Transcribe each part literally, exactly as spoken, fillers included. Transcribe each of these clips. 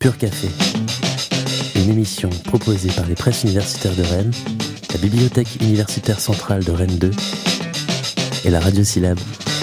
Pur Café, une émission proposée par les presses universitaires de Rennes, la Bibliothèque universitaire centrale de Rennes deux et la Radio Syllabe.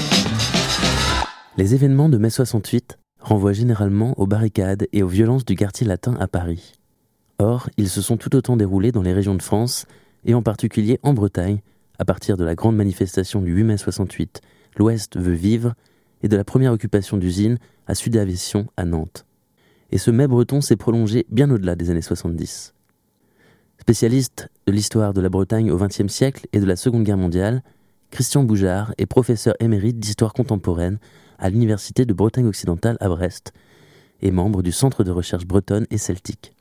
Les événements de mai soixante-huit renvoient généralement aux barricades et aux violences du quartier latin à Paris. Or, ils se sont tout autant déroulés dans les régions de France, et en particulier en Bretagne, à partir de la grande manifestation du huit mai soixante-huit, l'Ouest veut vivre, et de la première occupation d'usines à Sud-Aviation à Nantes. Et ce mai breton s'est prolongé bien au-delà des années soixante-dix. Spécialiste de l'histoire de la Bretagne au vingtième siècle et de la Seconde Guerre mondiale, Christian Boujard est professeur émérite d'histoire contemporaine à l'Université de Bretagne occidentale à Brest et membre du Centre de recherche bretonne et celtique.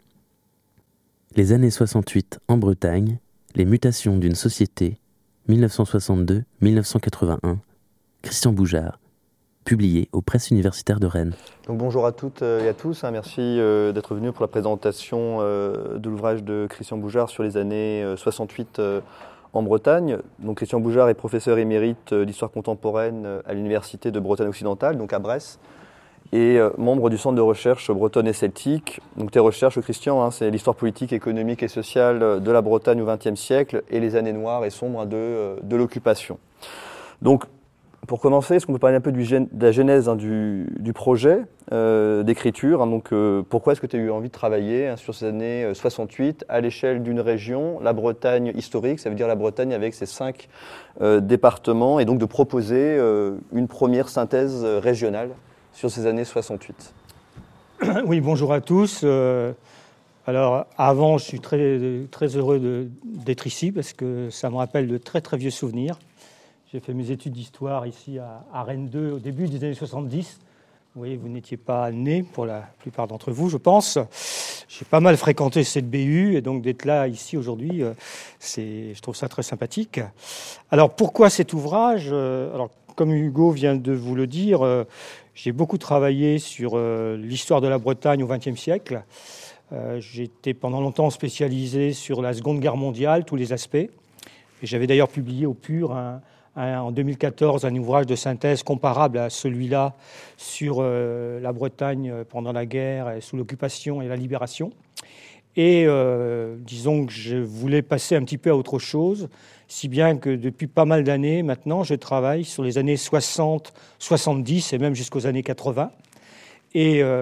Les années soixante-huit en Bretagne, les mutations d'une société, mille neuf cent soixante-deux à mille neuf cent quatre-vingt-un, Christian Boujard, publié aux presses universitaires de Rennes. Donc bonjour à toutes et à tous, hein, merci euh, d'être venus pour la présentation euh, de l'ouvrage de Christian Boujard sur les années euh, soixante-huit euh, en Bretagne. Donc Christian Boujard est professeur émérite euh, d'histoire contemporaine euh, à l'Université de Bretagne occidentale, donc à Brest, et euh, membre du Centre de recherche bretonne et celtique. Donc tes recherches, Christian, hein, c'est l'histoire politique, économique et sociale de la Bretagne au vingtième siècle et les années noires et sombres de, euh, de l'occupation. Donc pour commencer, est-ce qu'on peut parler un peu du gén- de la genèse hein, du, du projet euh, d'écriture hein, donc, euh, pourquoi est-ce que tu as eu envie de travailler hein, sur ces années euh, soixante-huit à l'échelle d'une région, la Bretagne historique, ça veut dire la Bretagne avec ses cinq euh, départements, et donc de proposer euh, une première synthèse euh, régionale sur ces années soixante-huit. Oui, bonjour à tous. Euh, alors, avant, je suis très, très heureux de, d'être ici parce que ça me rappelle de très, très vieux souvenirs. J'ai fait mes études d'histoire ici à, à Rennes deux au début des années soixante-dix. Vous voyez, vous n'étiez pas nés pour la plupart d'entre vous, je pense. J'ai pas mal fréquenté cette B U et donc d'être là ici aujourd'hui, c'est, je trouve ça très sympathique. Alors, pourquoi cet ouvrage ? Alors, comme Hugo vient de vous le dire, j'ai beaucoup travaillé sur l'histoire de la Bretagne au vingtième siècle. J'ai été pendant longtemps spécialisé sur la Seconde Guerre mondiale, tous les aspects. Et j'avais d'ailleurs publié au Pur un en deux mille quatorze, un ouvrage de synthèse comparable à celui-là sur euh, la Bretagne pendant la guerre, sous l'occupation et la libération. Et euh, disons que je voulais passer un petit peu à autre chose, si bien que depuis pas mal d'années maintenant, je travaille sur les années soixante, soixante-dix et même jusqu'aux années quatre-vingts. Et euh,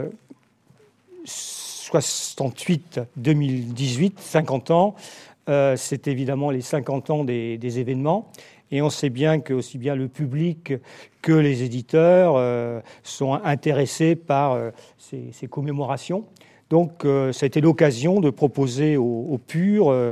soixante-huit deux mille dix-huit, cinquante ans, euh, c'est évidemment les cinquante ans des, des événements. Et on sait bien que aussi bien le public que les éditeurs euh, sont intéressés par euh, ces, ces commémorations. Donc, euh, ça a été l'occasion de proposer au, au Pur, euh,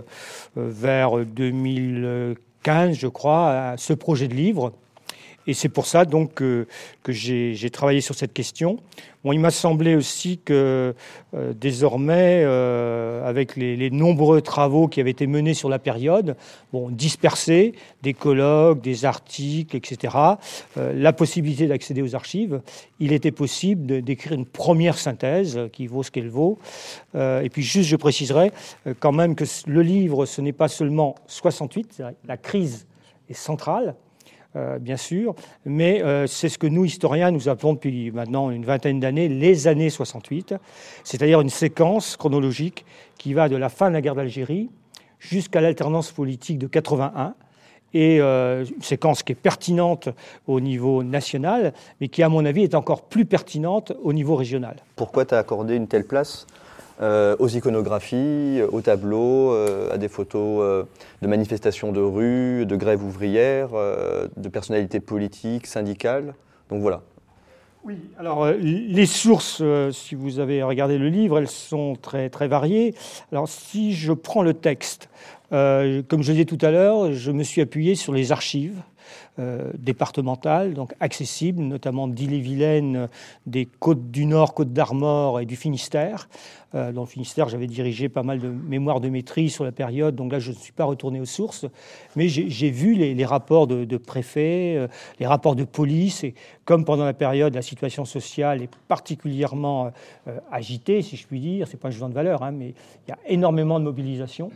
vers deux mille quinze, je crois, ce projet de livre. Et c'est pour ça donc que, que j'ai, j'ai travaillé sur cette question. Bon, il m'a semblé aussi que euh, désormais, euh, avec les, les nombreux travaux qui avaient été menés sur la période, bon, dispersés, des colloques, des articles, et cetera, euh, la possibilité d'accéder aux archives, il était possible de, d'écrire une première synthèse qui vaut ce qu'elle vaut. Euh, et puis juste, je préciserai euh, quand même que le livre, ce n'est pas seulement soixante-huit, c'est vrai, la crise est centrale. Euh, bien sûr, mais euh, c'est ce que nous, historiens, nous appelons depuis maintenant une vingtaine d'années les années soixante-huit, c'est-à-dire une séquence chronologique qui va de la fin de la guerre d'Algérie jusqu'à l'alternance politique de quatre-vingt-un, et euh, une séquence qui est pertinente au niveau national, mais qui, à mon avis, est encore plus pertinente au niveau régional. Pourquoi tu as accordé une telle place Euh, aux iconographies, aux tableaux, euh, à des photos euh, de manifestations de rue, de grèves ouvrières, euh, de personnalités politiques, syndicales. Donc voilà. Oui, alors euh, les sources, euh, si vous avez regardé le livre, elles sont très, très variées. Alors si je prends le texte, euh, comme je l'ai dit tout à l'heure, je me suis appuyé sur les archives Euh, départementales, donc accessibles, notamment d'Ille-et-Vilaine, des Côtes du Nord, Côtes d'Armor et du Finistère. Euh, dans le Finistère, j'avais dirigé pas mal de mémoires de maîtrise sur la période, donc là, je ne suis pas retourné aux sources, mais j'ai, j'ai vu les, les rapports de, de préfets, euh, les rapports de police, et comme pendant la période, la situation sociale est particulièrement euh, agitée, si je puis dire, c'est pas un jugement de valeur, hein, mais il y a énormément de mobilisation.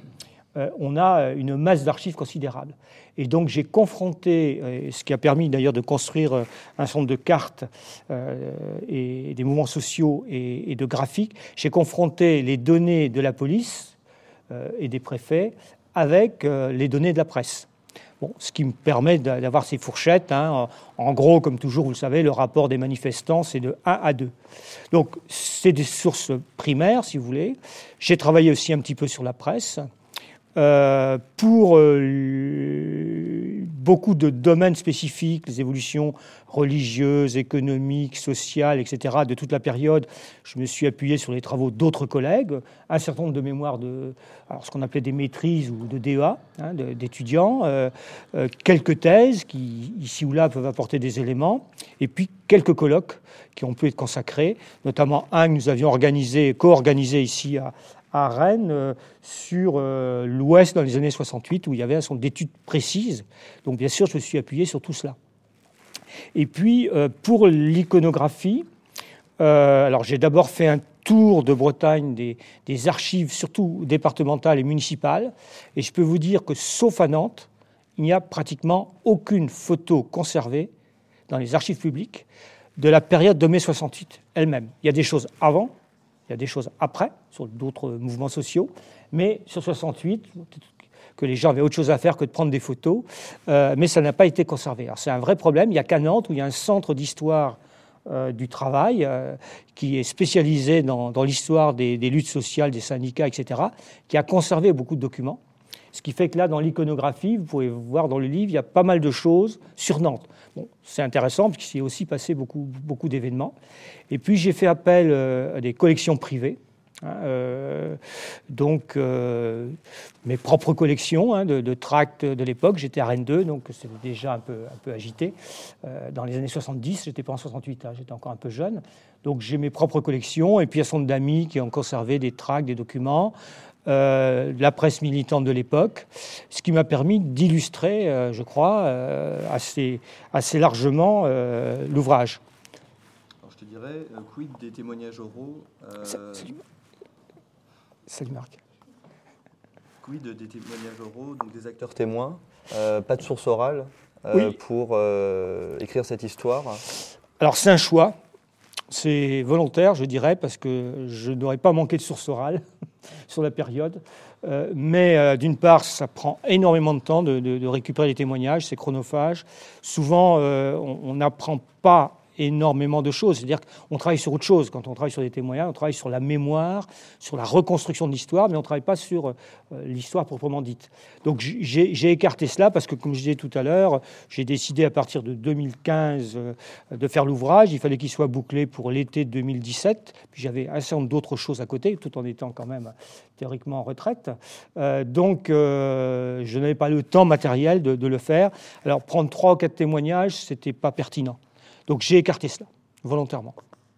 euh, on a une masse d'archives considérable. Et donc j'ai confronté, euh, ce qui a permis d'ailleurs de construire euh, un certain nombre de cartes euh, et des mouvements sociaux et, et de graphiques, j'ai confronté les données de la police euh, et des préfets avec euh, les données de la presse. Bon, ce qui me permet d'avoir ces fourchettes. Hein. En gros, comme toujours, vous le savez, le rapport des manifestants, c'est de un à deux. Donc, c'est des sources primaires, si vous voulez. J'ai travaillé aussi un petit peu sur la presse. Euh, pour euh, beaucoup de domaines spécifiques, les évolutions religieuses, économiques, sociales, et cetera, de toute la période, je me suis appuyé sur les travaux d'autres collègues, un certain nombre de mémoires, de, alors ce qu'on appelait des maîtrises ou de D E A, hein, d'étudiants, euh, euh, quelques thèses qui, ici ou là, peuvent apporter des éléments, et puis quelques colloques qui ont pu être consacrés, notamment un que nous avions organisé, co-organisé ici à à Rennes, euh, sur euh, l'Ouest dans les années soixante-huit, où il y avait un certain nombre d'études précises. Donc, bien sûr, je me suis appuyé sur tout cela. Et puis, euh, pour l'iconographie, euh, alors j'ai d'abord fait un tour de Bretagne des, des archives, surtout départementales et municipales, et je peux vous dire que, sauf à Nantes, il n'y a pratiquement aucune photo conservée dans les archives publiques de la période de mai soixante-huit elle-même. Il y a des choses avant, il y a des choses après, sur d'autres mouvements sociaux, mais sur soixante-huit, que les gens avaient autre chose à faire que de prendre des photos, euh, mais ça n'a pas été conservé. Alors c'est un vrai problème. Il n'y a qu'à Nantes, où il y a un centre d'histoire euh, du travail euh, qui est spécialisé dans, dans l'histoire des, des luttes sociales, des syndicats, et cetera, qui a conservé beaucoup de documents. Ce qui fait que là, dans l'iconographie, vous pouvez voir dans le livre, il y a pas mal de choses sur Nantes. Bon, c'est intéressant parce qu'il s'y est aussi passé beaucoup, beaucoup d'événements. Et puis, j'ai fait appel euh, à des collections privées. Hein, euh, donc, euh, mes propres collections hein, de, de tracts de l'époque. J'étais à Rennes deux, donc c'était déjà un peu, un peu agité. Euh, dans les années soixante-dix, j'étais pas en soixante-huit, hein, j'étais encore un peu jeune. Donc, j'ai mes propres collections et puis un certain nombre d'amis qui ont conservé des tracts, des documents. Euh, la presse militante de l'époque, ce qui m'a permis d'illustrer, euh, je crois, euh, assez, assez largement euh, l'ouvrage. Alors, je te dirais, euh, quid des témoignages oraux euh... Salut. Salut Marc. Quid des témoignages oraux, donc des acteurs témoins, euh, pas de source orale euh, oui. pour euh, écrire cette histoire. Alors c'est un choix, c'est volontaire, je dirais, parce que je n'aurais pas manqué de source orale sur la période. Euh, mais euh, d'une part, ça prend énormément de temps de, de, de récupérer les témoignages, c'est chronophage. Souvent, euh, on n'apprend pas énormément de choses. C'est-à-dire qu'on travaille sur autre chose. Quand on travaille sur des témoignages, on travaille sur la mémoire, sur la reconstruction de l'histoire, mais on ne travaille pas sur euh, l'histoire proprement dite. Donc j'ai, j'ai écarté cela parce que, comme je disais tout à l'heure, j'ai décidé à partir de deux mille quinze euh, de faire l'ouvrage. Il fallait qu'il soit bouclé pour l'été deux mille dix-sept. Puis j'avais un certain nombre d'autres choses à côté, tout en étant quand même théoriquement en retraite. Euh, donc euh, je n'avais pas le temps matériel de, de le faire. Alors prendre trois ou quatre témoignages, ce n'était pas pertinent. Donc j'ai écarté cela, volontairement.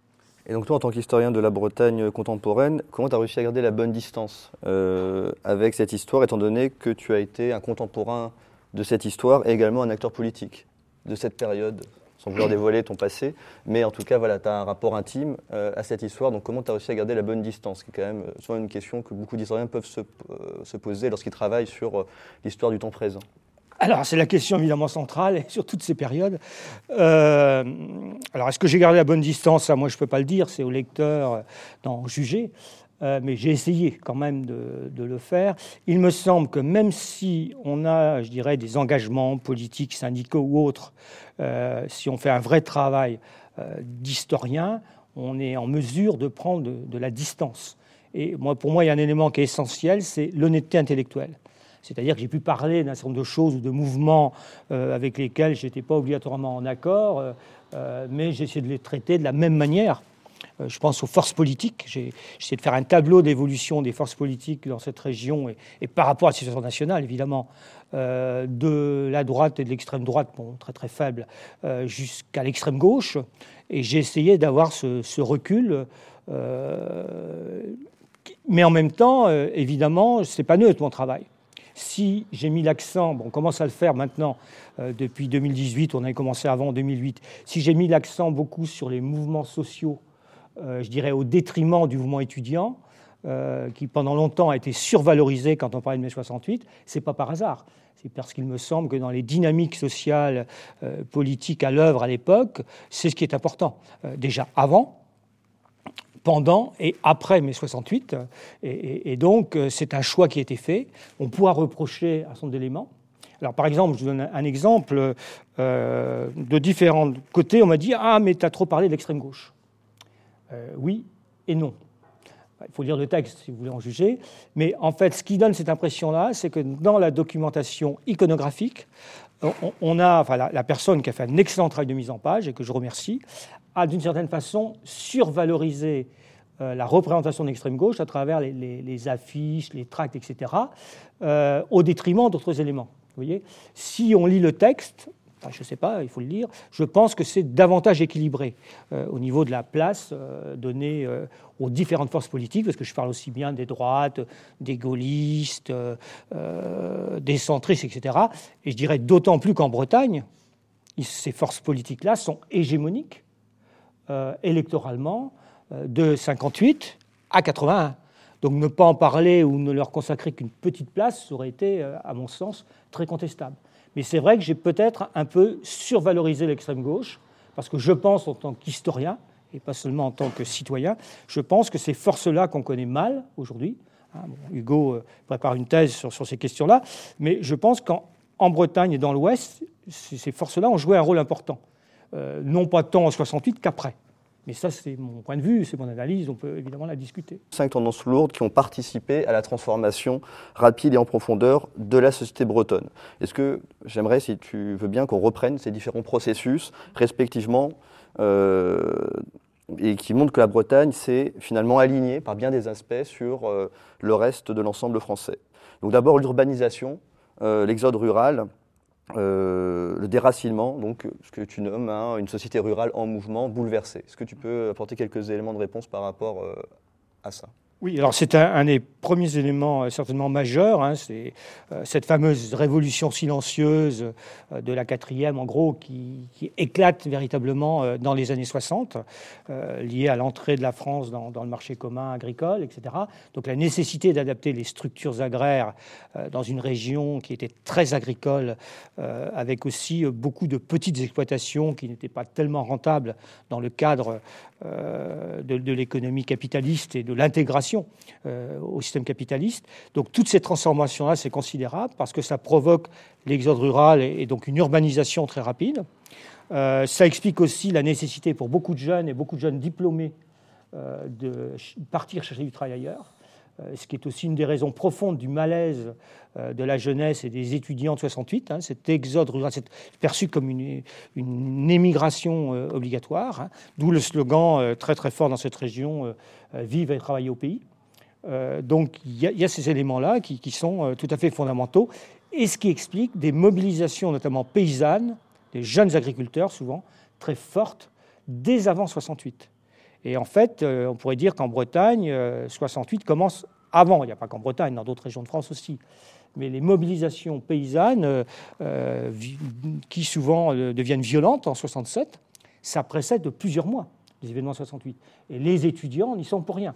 Et donc toi, en tant qu'historien de la Bretagne contemporaine, comment tu as réussi à garder la bonne distance euh, avec cette histoire, étant donné que tu as été un contemporain de cette histoire et également un acteur politique de cette période, sans vouloir dévoiler ton passé, mais en tout cas, voilà, tu as un rapport intime euh, à cette histoire, donc comment tu as réussi à garder la bonne distance, qui est quand même souvent une question que beaucoup d'historiens peuvent se, euh, se poser lorsqu'ils travaillent sur euh, l'histoire du temps présent. Alors, c'est la question évidemment centrale et sur toutes ces périodes. Euh, alors, est-ce que j'ai gardé la bonne distance? Ça, moi, je ne peux pas le dire, c'est au lecteur d'en juger. Euh, mais j'ai essayé quand même de, de le faire. Il me semble que même si on a, je dirais, des engagements politiques, syndicaux ou autres, euh, si on fait un vrai travail euh, d'historien, on est en mesure de prendre de, de la distance. Et moi, pour moi, il y a un élément qui est essentiel, c'est l'honnêteté intellectuelle. C'est-à-dire que j'ai pu parler d'un certain nombre de choses ou de mouvements euh, avec lesquels je n'étais pas obligatoirement en accord, euh, mais j'ai essayé de les traiter de la même manière. Euh, je pense aux forces politiques. J'ai, j'ai essayé de faire un tableau d'évolution des forces politiques dans cette région et, et par rapport à la situation nationale, évidemment, euh, de la droite et de l'extrême droite, bon, très très faible, euh, jusqu'à l'extrême gauche. Et j'ai essayé d'avoir ce, ce recul. Euh, mais en même temps, euh, évidemment, ce n'est pas neutre mon travail. Si j'ai mis l'accent, bon, on commence à le faire maintenant, euh, depuis deux mille dix-huit, on avait commencé avant en deux mille huit, si j'ai mis l'accent beaucoup sur les mouvements sociaux, euh, je dirais au détriment du mouvement étudiant, euh, qui pendant longtemps a été survalorisé quand on parlait de mai soixante-huit, ce n'est pas par hasard. C'est parce qu'il me semble que dans les dynamiques sociales, euh, politiques à l'œuvre à l'époque, c'est ce qui est important. Euh, déjà avant, pendant et après mai soixante-huit. Et, et, et donc, c'est un choix qui a été fait. On pourra reprocher un certain nombre d'éléments. Alors, par exemple, je vous donne un exemple. Euh, de différents côtés, on m'a dit « Ah, mais tu as trop parlé de l'extrême gauche. Euh, » Oui et non. Il faut lire le texte si vous voulez en juger. Mais en fait, ce qui donne cette impression-là, c'est que dans la documentation iconographique, on, on a, enfin, la, la personne qui a fait un excellent travail de mise en page, et que je remercie, a d'une certaine façon survalorisé euh, la représentation de l'extrême gauche à travers les, les, les affiches, les tracts, et cetera, euh, au détriment d'autres éléments. Vous voyez, si on lit le texte, enfin, je ne sais pas, il faut le lire, je pense que c'est davantage équilibré euh, au niveau de la place euh, donnée euh, aux différentes forces politiques, parce que je parle aussi bien des droites, des gaullistes, euh, euh, des centristes, et cetera. Et je dirais d'autant plus qu'en Bretagne, ces forces politiques-là sont hégémoniques euh, électoralement euh, de cinquante-huit à quatre-vingt-un. Donc ne pas en parler ou ne leur consacrer qu'une petite place, ça aurait été, euh, à mon sens, très contestable. Mais c'est vrai que j'ai peut-être un peu survalorisé l'extrême gauche, parce que je pense, en tant qu'historien, et pas seulement en tant que citoyen, je pense que ces forces-là qu'on connaît mal aujourd'hui, hein, bon, Hugo euh, prépare une thèse sur, sur ces questions-là, mais je pense qu'en en Bretagne et dans l'Ouest, ces forces-là ont joué un rôle important. Euh, non pas tant en soixante-huit qu'après. Mais ça, c'est mon point de vue, c'est mon analyse, on peut évidemment la discuter. Cinq tendances lourdes qui ont participé à la transformation rapide et en profondeur de la société bretonne. Est-ce que, j'aimerais, si tu veux bien, qu'on reprenne ces différents processus, respectivement, euh, et qui montrent que la Bretagne s'est finalement alignée par bien des aspects sur euh, le reste de l'ensemble français. Donc d'abord, l'urbanisation, euh, l'exode rural, Euh, le déracinement, donc ce que tu nommes hein, une société rurale en mouvement, bouleversée. Est-ce que tu peux apporter quelques éléments de réponse par rapport euh, à ça ? Oui, alors c'est un, un des premiers éléments euh, certainement majeurs. Hein, c'est euh, cette fameuse révolution silencieuse euh, de la quatrième, en gros, qui, qui éclate véritablement euh, dans les années soixante, euh, liée à l'entrée de la France dans, dans le marché commun agricole, et cetera. Donc la nécessité d'adapter les structures agraires euh, dans une région qui était très agricole, euh, avec aussi euh, beaucoup de petites exploitations qui n'étaient pas tellement rentables dans le cadre euh, de, de l'économie capitaliste et de l'intégration Euh, au système capitaliste. Donc toutes ces transformations-là, c'est considérable parce que ça provoque l'exode rural et, et donc une urbanisation très rapide. Euh, ça explique aussi la nécessité pour beaucoup de jeunes et beaucoup de jeunes diplômés euh, de partir chercher du travail ailleurs, euh, ce qui est aussi une des raisons profondes du malaise euh, de la jeunesse et des étudiants de soixante-huit. Hein, cet exode rural, c'est perçu comme une, une émigration euh, obligatoire, hein, d'où le slogan euh, très très fort dans cette région euh, « Vive et travailler au pays ». Euh, donc il y, y a ces éléments-là qui, qui sont euh, tout à fait fondamentaux, et ce qui explique des mobilisations notamment paysannes, des jeunes agriculteurs souvent, très fortes, dès avant soixante-huit. Et en fait, euh, on pourrait dire qu'en Bretagne, euh, soixante-huit commence avant, il n'y a pas qu'en Bretagne, dans d'autres régions de France aussi. Mais les mobilisations paysannes, euh, euh, qui souvent euh, deviennent violentes en soixante-sept, ça précède de plusieurs mois les événements soixante-huit. Et les étudiants n'y sont pour rien.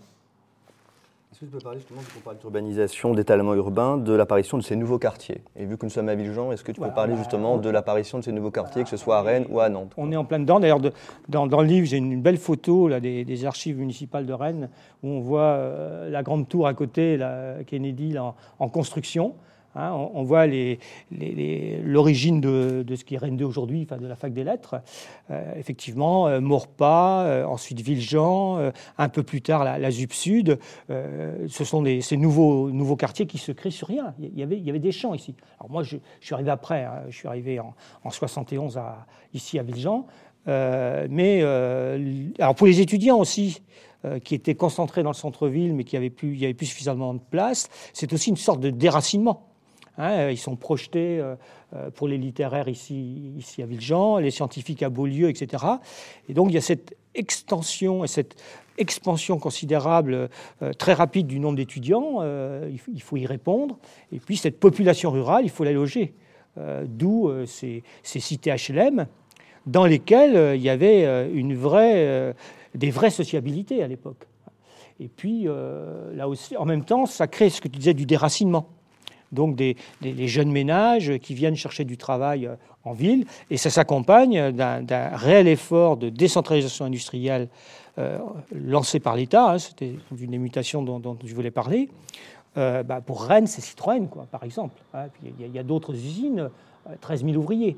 Est-ce que tu peux parler justement, vu qu'on parle d'urbanisation, d'étalement urbain, de l'apparition de ces nouveaux quartiers ? Et vu que nous sommes à Villejean, est-ce que tu peux voilà, parler justement de l'apparition de ces nouveaux quartiers, que ce soit à Rennes ou à Nantes ? On est en plein dedans. D'ailleurs, de, dans, dans le livre, j'ai une belle photo là, des, des archives municipales de Rennes, où on voit euh, la grande tour à côté, la Kennedy, là, en, en construction. Hein, on, on voit les, les, les, l'origine de, de ce qui est Rennes deux aujourd'hui, enfin de la fac des lettres. Euh, effectivement, euh, Maurepas, euh, ensuite Villejean, euh, un peu plus tard la, la ZUP Sud. Euh, ce sont des, ces nouveaux, nouveaux quartiers qui se créent sur rien. Il y avait, il y avait des champs ici. Alors moi, je, je suis arrivé après. Hein, je suis arrivé en, en soixante et onze à, ici à Villejean. Euh, mais euh, alors pour les étudiants aussi, euh, qui étaient concentrés dans le centre-ville, mais qui avaient plus, il n'y avait plus suffisamment de place, c'est aussi une sorte de déracinement. Hein, ils sont projetés euh, pour les littéraires ici, ici à Villejean, les scientifiques à Beaulieu, et cetera. Et donc il y a cette extension et cette expansion considérable, euh, très rapide du nombre d'étudiants, euh, il, il faut y répondre. Et puis cette population rurale, il faut la loger. Euh, d'où euh, ces, ces cités H L M dans lesquelles euh, il y avait euh, une vraie, euh, des vraies sociabilités à l'époque. Et puis, euh, là aussi, en même temps, ça crée ce que tu disais du déracinement. Donc, des, des, des jeunes ménages qui viennent chercher du travail en ville. Et ça s'accompagne d'un, d'un réel effort de décentralisation industrielle euh, lancé par l'État. Hein, c'était une des mutations dont, dont je voulais parler. Euh, bah, pour Rennes, c'est Citroën, quoi, par exemple. Hein, il y, y a d'autres usines, treize mille ouvriers.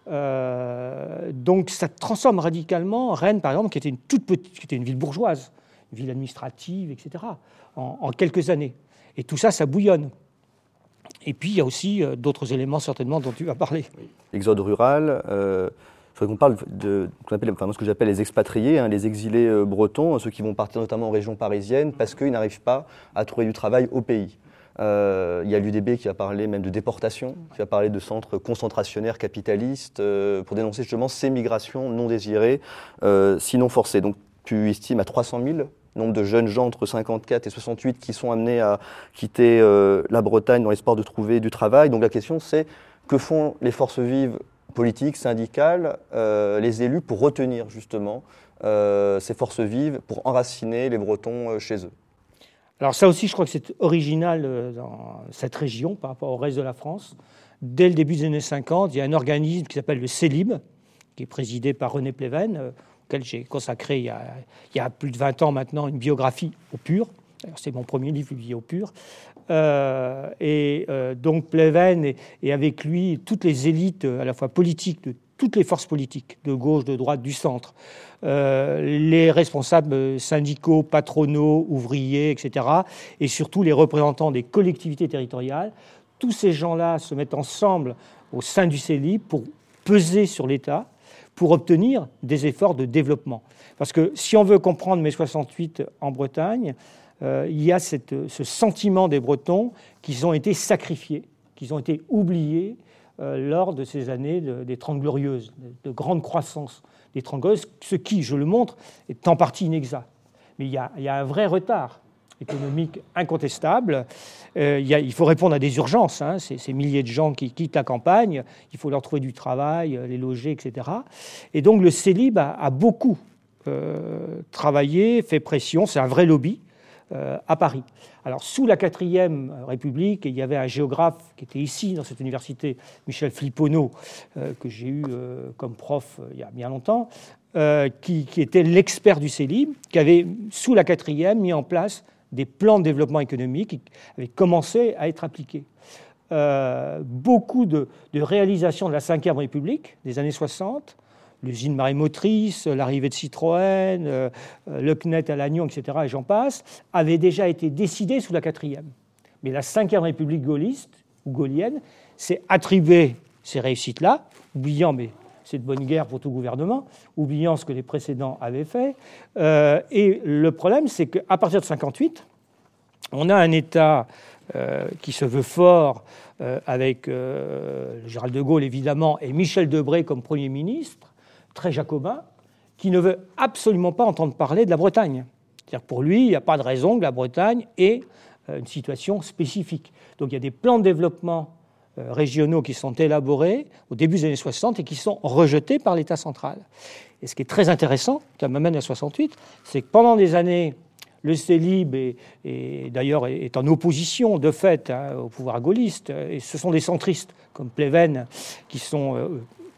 Euh, donc ça transforme radicalement Rennes, par exemple, qui était une toute petite, qui était une ville bourgeoise, une ville administrative, et cetera, en, en quelques années. Et tout ça, ça bouillonne. Et puis il y a aussi euh, d'autres éléments certainement dont tu vas parler. Exode rural. Euh... Il faudrait qu'on parle de qu'on appelle, enfin, ce que j'appelle les expatriés, hein, les exilés euh, bretons, ceux qui vont partir notamment en région parisienne parce qu'ils n'arrivent pas à trouver du travail au pays. Euh, il y a l'U D B qui a parlé même de déportation, qui a parlé de centres concentrationnaires capitalistes euh, pour dénoncer justement ces migrations non désirées, euh, sinon forcées. Donc tu estimes à trois cent mille nombre de jeunes gens entre cinquante-quatre et soixante-huit qui sont amenés à quitter euh, la Bretagne dans l'espoir de trouver du travail. Donc la question c'est que font les forces vives politiques, syndicales, euh, les élus pour retenir justement euh, ces forces vives, pour enraciner les Bretons euh, chez eux. Alors ça aussi, je crois que c'est original euh, dans cette région par rapport au reste de la France. Dès le début des années cinquante, il y a un organisme qui s'appelle le Célib, qui est présidé par René Pleven, euh, auquel j'ai consacré il y, a, il y a plus de vingt ans maintenant une biographie au pur. Alors, c'est mon premier livre publié au pur. Euh, et euh, donc Pleven et, et avec lui toutes les élites à la fois politiques de toutes les forces politiques, de gauche, de droite, du centre, euh, les responsables syndicaux, patronaux, ouvriers, et cetera, et surtout les représentants des collectivités territoriales, tous ces gens-là se mettent ensemble au sein du Célib pour peser sur l'État, pour obtenir des efforts de développement. Parce que si on veut comprendre mai soixante-huit en Bretagne, Euh, il y a cette, ce sentiment des Bretons qu'ils ont été sacrifiés, qu'ils ont été oubliés euh, lors de ces années de, des Trente Glorieuses, de, de grande croissance des Trente Glorieuses, ce qui, je le montre, est en partie inexact. Mais il y a, il y a un vrai retard économique incontestable. Euh, il, y a, il faut répondre à des urgences. Hein, ces, ces milliers de gens qui quittent la campagne, il faut leur trouver du travail, les loger, et cetera. Et donc le Célib a, a beaucoup euh, travaillé, fait pression, c'est un vrai lobby. Euh, à Paris. Alors, sous la quatrième République, il y avait un géographe qui était ici, dans cette université, Michel Fliponneau, euh, que j'ai eu euh, comme prof euh, il y a bien longtemps, euh, qui, qui était l'expert du Célib, qui avait, sous la quatrième, mis en place des plans de développement économique qui avaient commencé à être appliqués. Euh, beaucoup de, de réalisations de la cinquième République, des années soixante, l'usine marémotrice, l'arrivée de Citroën, euh, le C N E T à Lannion, et cetera, et j'en passe, avaient déjà été décidés sous la quatrième. Mais la cinquième République gaulliste, ou gaulienne, s'est attribuée ces réussites-là, oubliant, mais c'est de bonne guerre pour tout gouvernement, oubliant ce que les précédents avaient fait. Euh, et le problème, c'est qu'à partir de cinquante-huit, on a un État euh, qui se veut fort, euh, avec euh, Gérald de Gaulle, évidemment, et Michel Debré comme Premier ministre, très jacobin, qui ne veut absolument pas entendre parler de la Bretagne. C'est-à-dire pour lui, il n'y a pas de raison que la Bretagne ait une situation spécifique. Donc il y a des plans de développement régionaux qui sont élaborés au début des années soixante et qui sont rejetés par l'État central. Et ce qui est très intéressant, qui m'amène à soixante-huit, c'est que pendant des années, le Célib est, est, d'ailleurs est en opposition de fait hein, au pouvoir gaulliste, et ce sont des centristes comme Pleven qui sont... Euh,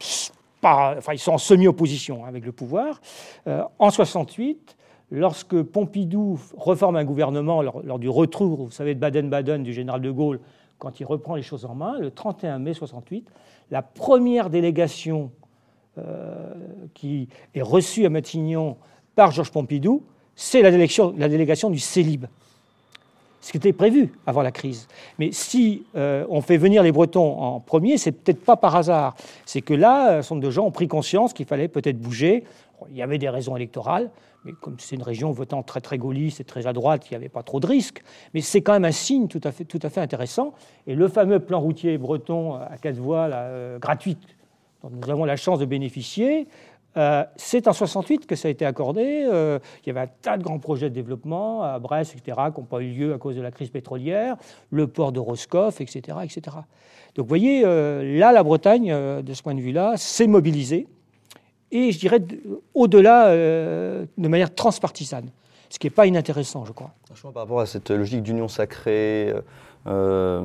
Par, enfin, ils sont en semi-opposition avec le pouvoir. Euh, en soixante-huit, lorsque Pompidou reforme un gouvernement lors, lors du retour, vous savez, de Baden-Baden du général de Gaulle, quand il reprend les choses en main, le trente et un mai soixante-huit, la première délégation euh, qui est reçue à Matignon par Georges Pompidou, c'est la délégation, la délégation du Célib. Ce qui était prévu avant la crise. Mais si euh, on fait venir les Bretons en premier, c'est peut-être pas par hasard. C'est que là, un certain nombre de gens ont pris conscience qu'il fallait peut-être bouger. Il y avait des raisons électorales, mais comme c'est une région votant très très gaulliste et très à droite, il n'y avait pas trop de risques. Mais c'est quand même un signe tout à fait, tout à fait intéressant. Et le fameux plan routier breton à quatre voies là, euh, gratuite, dont nous avons la chance de bénéficier, Euh, c'est en soixante-huit que ça a été accordé. Euh, il y avait un tas de grands projets de développement à Brest, et cetera, qui n'ont pas eu lieu à cause de la crise pétrolière, le port de Roscoff, et cetera, et cetera. Donc, vous voyez, euh, là, la Bretagne, euh, de ce point de vue-là, s'est mobilisée, et je dirais au-delà, euh, de manière transpartisane. ce qui n'est pas inintéressant, je crois. Franchement, par rapport à cette logique d'union sacrée, euh,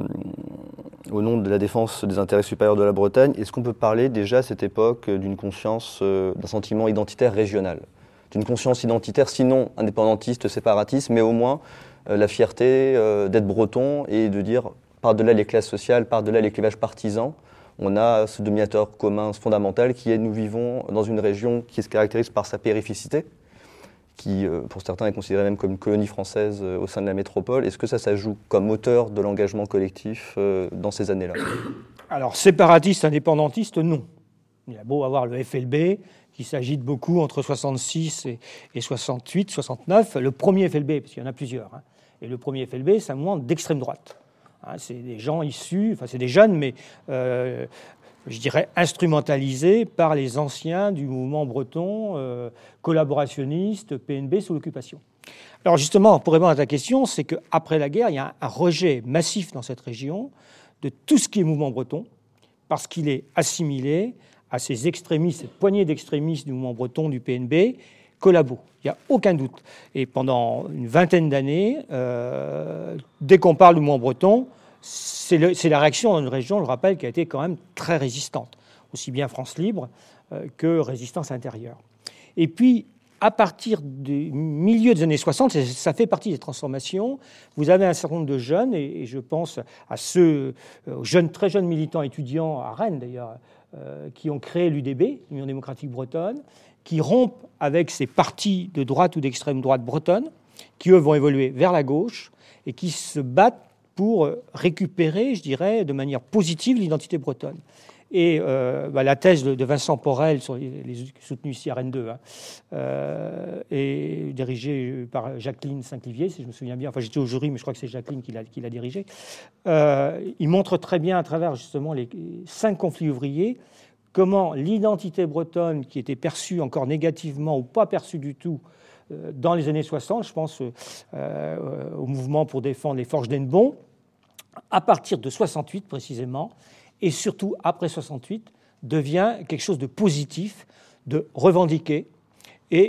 au nom de la défense des intérêts supérieurs de la Bretagne, est-ce qu'on peut parler déjà à cette époque d'une conscience, euh, d'un sentiment identitaire régional, d'une conscience identitaire, sinon indépendantiste, séparatiste, mais au moins euh, la fierté euh, d'être breton et de dire, par-delà les classes sociales, par-delà les clivages partisans, on a ce dominateur commun fondamental qui est, nous vivons dans une région qui se caractérise par sa périphicité, qui, euh, pour certains, est considérée même comme une colonie française euh, au sein de la métropole. Est-ce que ça, ça joue comme moteur de l'engagement collectif euh, dans ces années-là? Alors, séparatiste, indépendantiste, non. Il a beau avoir le F L B, qui s'agite beaucoup entre soixante-six et, et soixante-huit, soixante-neuf. Le premier F L B, parce qu'il y en a plusieurs, hein, et le premier F L B, c'est un mouvement d'extrême droite. Hein, c'est des gens issus, enfin c'est des jeunes, mais euh, je dirais instrumentalisés par les anciens du mouvement breton, euh, collaborationniste, P N B sous l'occupation. Alors justement, pour répondre à ta question, c'est qu'après la guerre, il y a un rejet massif dans cette région de tout ce qui est mouvement breton, parce qu'il est assimilé à ces extrémistes, cette poignée d'extrémistes du mouvement breton, du P N B, collabo. Il n'y a aucun doute. Et pendant une vingtaine d'années, euh, dès qu'on parle du mouvement breton, c'est, le, c'est la réaction dans une région, je le rappelle, qui a été quand même très résistante, aussi bien France Libre euh, que Résistance Intérieure. Et puis, à partir du milieu des années soixante, ça fait partie des transformations, vous avez un certain nombre de jeunes, et, et je pense à ceux, aux jeunes, très jeunes militants étudiants, à Rennes d'ailleurs, euh, qui ont créé l'U D B, l'Union démocratique bretonne, qui rompent avec ces partis de droite ou d'extrême droite bretonne, qui eux vont évoluer vers la gauche, et qui se battent pour récupérer, je dirais, de manière positive l'identité bretonne. Et euh, bah, la thèse de, de Vincent Porel, sur les, les soutenus ici à Rennes deux, hein, euh, est dirigée par Jacqueline Saint-Clivier, si je me souviens bien. Enfin, j'étais au jury, mais je crois que c'est Jacqueline qui l'a, qui l'a dirigée. Euh, il montre très bien, à travers justement les cinq conflits ouvriers, comment l'identité bretonne, qui était perçue encore négativement ou pas perçue du tout euh, dans les années soixante, je pense euh, au mouvement pour défendre les forges d'Hennebont, à partir de soixante-huit précisément, et surtout après soixante-huit, devient quelque chose de positif, de revendiqué. Et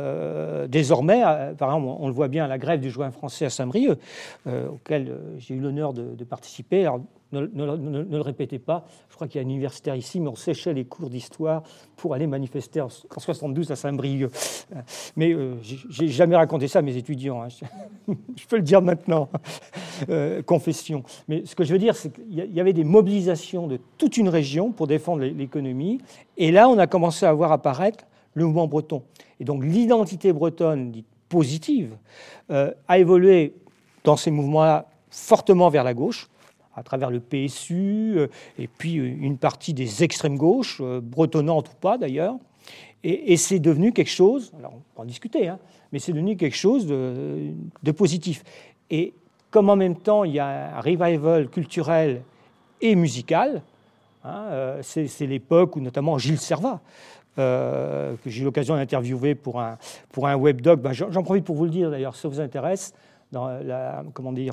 euh, désormais, euh, par exemple, on le voit bien à la grève du juin français à Saint-Brieuc, euh, auquel euh, j'ai eu l'honneur de, de participer. Alors, ne, ne, ne, ne le répétez pas, je crois qu'il y a un universitaire ici, mais on séchait les cours d'histoire pour aller manifester en, en soixante-douze à Saint-Brieuc. Mais euh, j'ai jamais raconté ça à mes étudiants, hein. Je peux le dire maintenant, euh, confession. Mais ce que je veux dire, c'est qu'il y avait des mobilisations de toute une région pour défendre l'économie, et là, on a commencé à voir apparaître le mouvement breton. Et donc l'identité bretonne, dite positive, euh, a évolué dans ces mouvements-là fortement vers la gauche, à travers le P S U, euh, et puis une partie des extrêmes gauches, euh, bretonnantes ou pas d'ailleurs. Et, et c'est devenu quelque chose, alors on peut en discuter, hein, mais c'est devenu quelque chose de, de positif. Et comme en même temps il y a un revival culturel et musical, hein, euh, c'est, c'est l'époque où notamment Gilles Servat, Euh, que j'ai eu l'occasion d'interviewer pour un, pour un webdoc. Ben, j'en profite pour vous le dire, d'ailleurs, si ça vous intéresse, dans la, comment dire,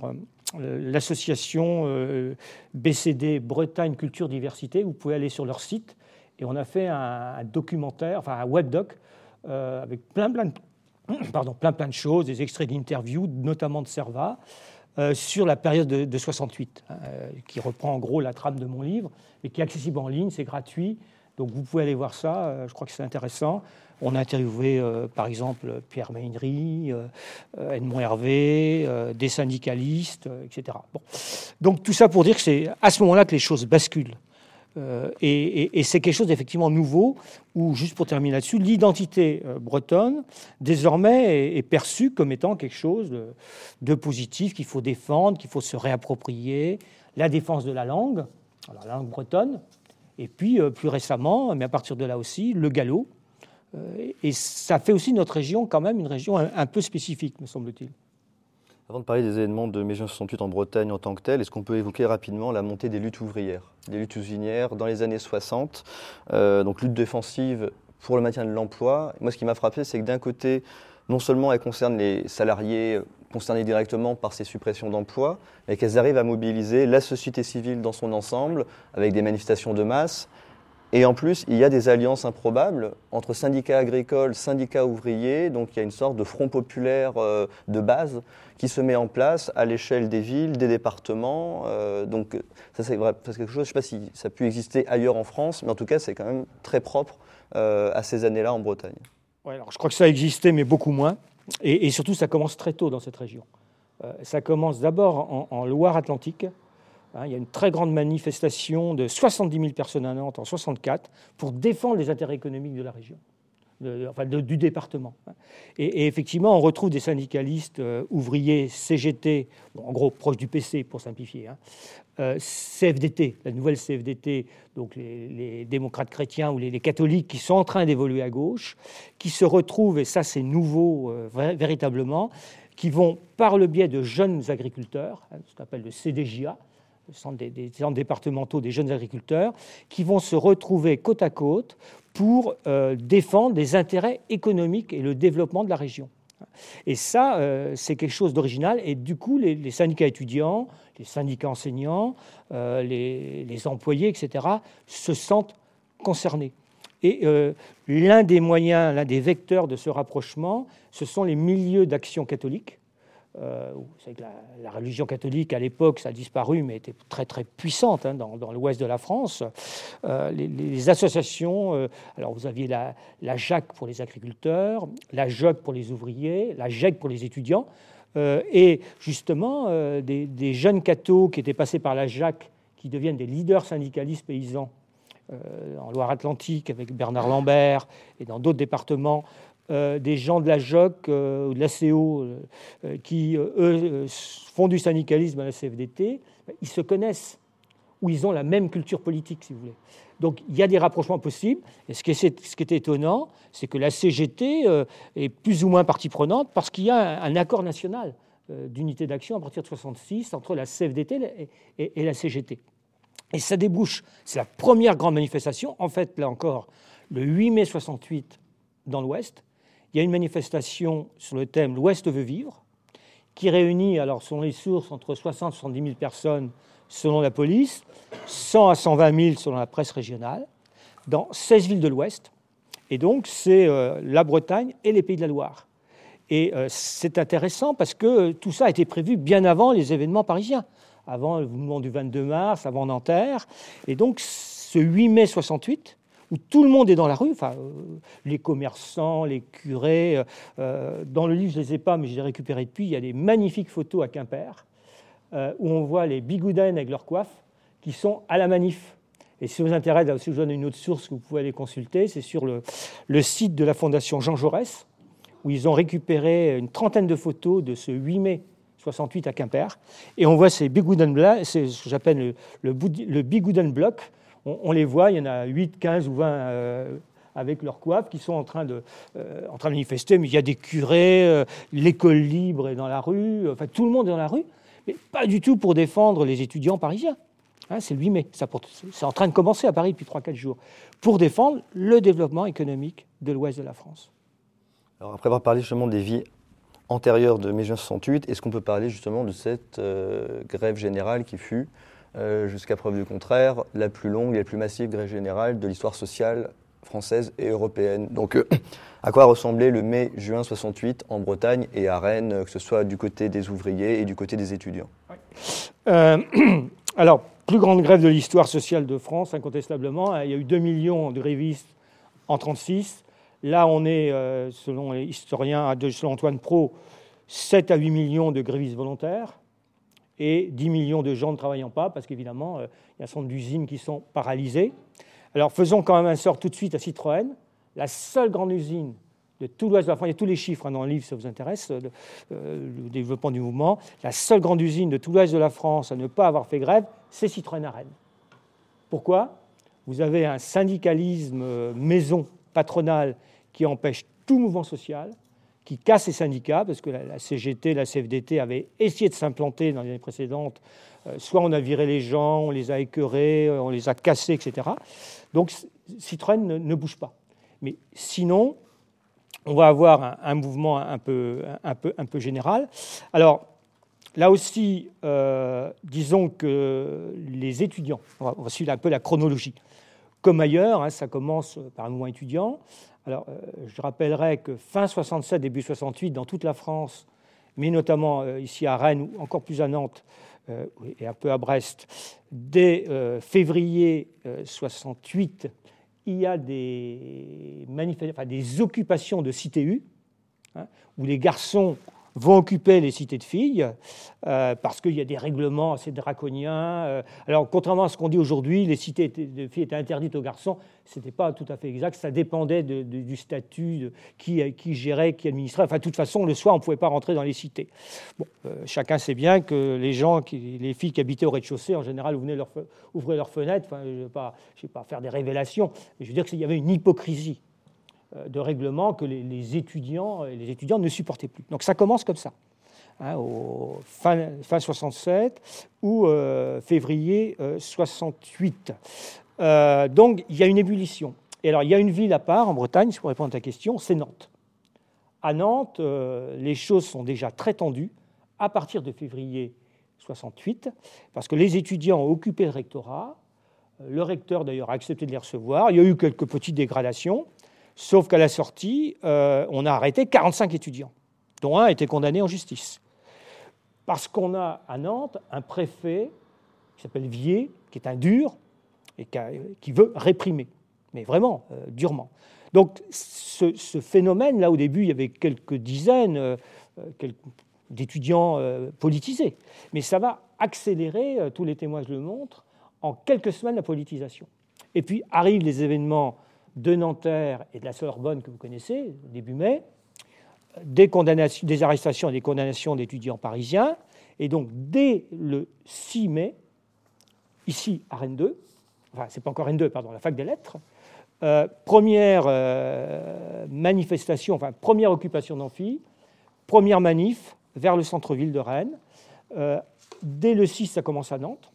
l'association euh, B C D, Bretagne Culture Diversité, vous pouvez aller sur leur site, et on a fait un, un documentaire, enfin un webdoc, euh, avec plein, plein, de, pardon, plein, plein de choses, des extraits d'interviews, notamment de Servat, euh, sur la période de, de soixante-huit, euh, qui reprend en gros la trame de mon livre, mais qui est accessible en ligne, c'est gratuit. Donc vous pouvez aller voir ça, je crois que c'est intéressant. On a interviewé euh, par exemple Pierre Mainry, euh, Edmond Hervé, euh, des syndicalistes, euh, et cetera. Bon. Donc tout ça pour dire que c'est à ce moment-là que les choses basculent. Euh, et, et, et c'est quelque chose d'effectivement nouveau, où, juste pour terminer là-dessus, l'identité euh, bretonne, désormais, est, est perçue comme étant quelque chose de, de positif, qu'il faut défendre, qu'il faut se réapproprier, la défense de la langue, alors, la langue bretonne, et puis, euh, plus récemment, mais à partir de là aussi, le gallo. Euh, et ça fait aussi notre région, quand même, une région un, un peu spécifique, me semble-t-il. Avant de parler des événements de mai juin soixante-huit en Bretagne en tant que tel, est-ce qu'on peut évoquer rapidement la montée des luttes ouvrières, des luttes usinières dans les années soixante, euh, donc lutte défensive pour le maintien de l'emploi. Moi, ce qui m'a frappé, c'est que d'un côté, non seulement elles concernent les salariés concernés directement par ces suppressions d'emplois, mais qu'elles arrivent à mobiliser la société civile dans son ensemble, avec des manifestations de masse, Et en plus, il y a des alliances improbables entre syndicats agricoles, syndicats ouvriers, donc il y a une sorte de front populaire euh, de base qui se met en place à l'échelle des villes, des départements. Euh, donc ça c'est, vrai, c'est quelque chose, je ne sais pas si ça a pu exister ailleurs en France, mais en tout cas c'est quand même très propre euh, à ces années-là en Bretagne. Ouais, alors je crois que ça existait, mais beaucoup moins. Et, et surtout, ça commence très tôt dans cette région. Euh, ça commence d'abord en, en Loire-Atlantique. Hein, il y a une très grande manifestation de soixante-dix mille personnes à Nantes en soixante-quatre pour défendre les intérêts économiques de la région, de, enfin de, du département. Et, et effectivement, on retrouve des syndicalistes euh, ouvriers, C G T, bon, en gros proches du P C pour simplifier, hein, euh, C F D T, la nouvelle C F D T, donc les, les démocrates chrétiens ou les, les catholiques qui sont en train d'évoluer à gauche, qui se retrouvent, et ça c'est nouveau euh, véritablement, qui vont par le biais de jeunes agriculteurs, hein, ce qu'on appelle le C D J A, le centre des, des centres départementaux des jeunes agriculteurs, qui vont se retrouver côte à côte pour euh, défendre les intérêts économiques et le développement de la région. Et ça, euh, c'est quelque chose d'original. Et du coup, les, les syndicats étudiants, les syndicats enseignants, euh, les, les employés, et cetera, se sentent concernés. Et euh, l'un des moyens, l'un des vecteurs de ce rapprochement, ce sont les milieux d'action catholique. Euh, vous savez que la, la religion catholique, à l'époque, ça a disparu, mais était très, très puissante hein, dans, dans l'ouest de la France. Euh, les, les associations, euh, alors vous aviez la, la J A C pour les agriculteurs, la J O C pour les ouvriers, la G E C pour les étudiants, euh, et justement, euh, des, des jeunes cathos qui étaient passés par la J A C, qui deviennent des leaders syndicalistes paysans, euh, en Loire-Atlantique, avec Bernard Lambert, et dans d'autres départements, Euh, des gens de la J O C euh, ou de la C O euh, qui, euh, eux, font du syndicalisme à la C F D T, ils se connaissent, ou ils ont la même culture politique, si vous voulez. Donc, il y a des rapprochements possibles. Et ce qui est, ce qui est étonnant, c'est que la C G T euh, est plus ou moins partie prenante parce qu'il y a un, un accord national euh, d'unité d'action à partir de soixante-six entre la C F D T et, et, et la C G T. Et ça débouche, c'est la première grande manifestation. En fait, là encore, le huit mai soixante-huit, dans l'Ouest, il y a une manifestation sur le thème « L'Ouest veut vivre » qui réunit, alors selon les sources, entre soixante et soixante-dix mille personnes selon la police, cent à cent vingt mille selon la presse régionale, dans seize villes de l'Ouest. Et donc, c'est euh, la Bretagne et les Pays de la Loire. Et euh, c'est intéressant parce que euh, tout ça a été prévu bien avant les événements parisiens, avant le mouvement du vingt-deux mars, avant Nanterre. Et donc, ce huit mai soixante-huit, où tout le monde est dans la rue, enfin, euh, les commerçants, les curés. Euh, dans le livre, je ne les ai pas, mais je les ai récupérés depuis. Il y a des magnifiques photos à Quimper, euh, où on voit les bigoudens avec leur coiffe, qui sont à la manif. Et si vous vous intéressez, là aussi, je vous donne une autre source que vous pouvez aller consulter, c'est sur le, le site de la Fondation Jean Jaurès, où ils ont récupéré une trentaine de photos de ce huit mai soixante-huit à Quimper. Et on voit ces bigouden, c'est ce que j'appelle le, le, le bigouden bloc. On les voit, il y en a huit, quinze ou vingt euh, avec leurs coiffes qui sont en train, de, euh, en train de manifester. Mais il y a des curés, euh, l'école libre est dans la rue, enfin tout le monde est dans la rue, mais pas du tout pour défendre les étudiants parisiens. Hein, c'est le huit mai, ça, c'est en train de commencer à Paris depuis trois quatre jours, pour défendre le développement économique de l'ouest de la France. Alors après avoir parlé justement des vies antérieures de mai juin soixante-huit, est-ce qu'on peut parler justement de cette euh, grève générale qui fut Euh, jusqu'à preuve du contraire, la plus longue et la plus massive grève générale de l'histoire sociale française et européenne. Donc, euh, à quoi ressemblait le mai-juin soixante-huit en Bretagne et à Rennes, que ce soit du côté des ouvriers et du côté des étudiants? Oui. euh, Alors, plus grande grève de l'histoire sociale de France, incontestablement. Il y a eu deux millions de grévistes en mille neuf cent trente-six. Là, on est, euh, selon les historiens, selon Antoine Pro, sept à huit millions de grévistes volontaires et dix millions de gens ne travaillant pas, parce qu'évidemment, euh, il y a un certain nombre d'usines qui sont paralysées. Alors, faisons quand même un sort tout de suite à Citroën, la seule grande usine de tout l'ouest de la France, il y a tous les chiffres hein, dans le livre, si ça vous intéresse, le, euh, le développement du mouvement, la seule grande usine de tout l'ouest de la France à ne pas avoir fait grève, c'est Citroën à Rennes. Pourquoi ? Vous avez un syndicalisme euh, maison patronal qui empêche tout mouvement social, qui casse les syndicats, parce que la, la C G T, la C F D T avaient essayé de s'implanter dans les années précédentes. Euh, soit on a viré les gens, on les a écœurés, on les a cassés, et cetera. Donc Citroën ne, ne bouge pas. Mais sinon, on va avoir un, un mouvement un peu, un, peu, un peu général. Alors, là aussi, euh, disons que les étudiants, on va, on va suivre un peu la chronologie, comme ailleurs, hein, ça commence par un mouvement étudiant. Alors, euh, je rappellerai que fin soixante-sept, début soixante-huit, dans toute la France, mais notamment euh, ici à Rennes, ou encore plus à Nantes, euh, et un peu à Brest, dès euh, février euh, soixante-huit, il y a des, manif- enfin, des occupations de cités U, hein, où les garçons vont occuper les cités de filles, euh, parce qu'il y a des règlements assez draconiens. Euh, alors, contrairement à ce qu'on dit aujourd'hui, les cités de filles étaient interdites aux garçons, ce n'était pas tout à fait exact, ça dépendait de, de, du statut, de qui, qui gérait, qui administrait. Enfin, de toute façon, le soir, on ne pouvait pas rentrer dans les cités. Bon, euh, chacun sait bien que les gens, qui, les filles qui habitaient au rez-de-chaussée, en général, ouvraient leurs ouvraient leurs fenêtres. Enfin, je ne vais pas, je vais pas faire des révélations, mais je veux dire qu'il y avait une hypocrisie de règlement que les, les étudiants et les étudiantes ne supportaient plus. Donc ça commence comme ça, hein, au fin, fin soixante-sept ou euh, février euh, soixante-huit. Euh, donc il y a une ébullition. Et alors il y a une ville à part en Bretagne, pour répondre à ta question, c'est Nantes. À Nantes, euh, les choses sont déjà très tendues à partir de février soixante-huit, parce que les étudiants ont occupé le rectorat. Le recteur d'ailleurs a accepté de les recevoir. Il y a eu quelques petites dégradations. Sauf qu'à la sortie, euh, on a arrêté quarante-cinq étudiants, dont un a été condamné en justice. Parce qu'on a à Nantes un préfet qui s'appelle Vier, qui est un dur et qui, a, qui veut réprimer, mais vraiment euh, durement. Donc ce, ce phénomène, là au début, il y avait quelques dizaines euh, quelques, d'étudiants euh, politisés, mais ça va accélérer, euh, tous les témoignages le montrent, en quelques semaines la politisation. Et puis arrivent les événements de Nanterre et de la Sorbonne que vous connaissez, début mai, des, condamnations, des arrestations et des condamnations d'étudiants parisiens. Et donc, dès le six mai, ici à Rennes deux, enfin, c'est pas encore Rennes deux, pardon, la fac des lettres, euh, première euh, manifestation, enfin, première occupation d'amphi, première manif vers le centre-ville de Rennes. Euh, dès le six, ça commence à Nantes.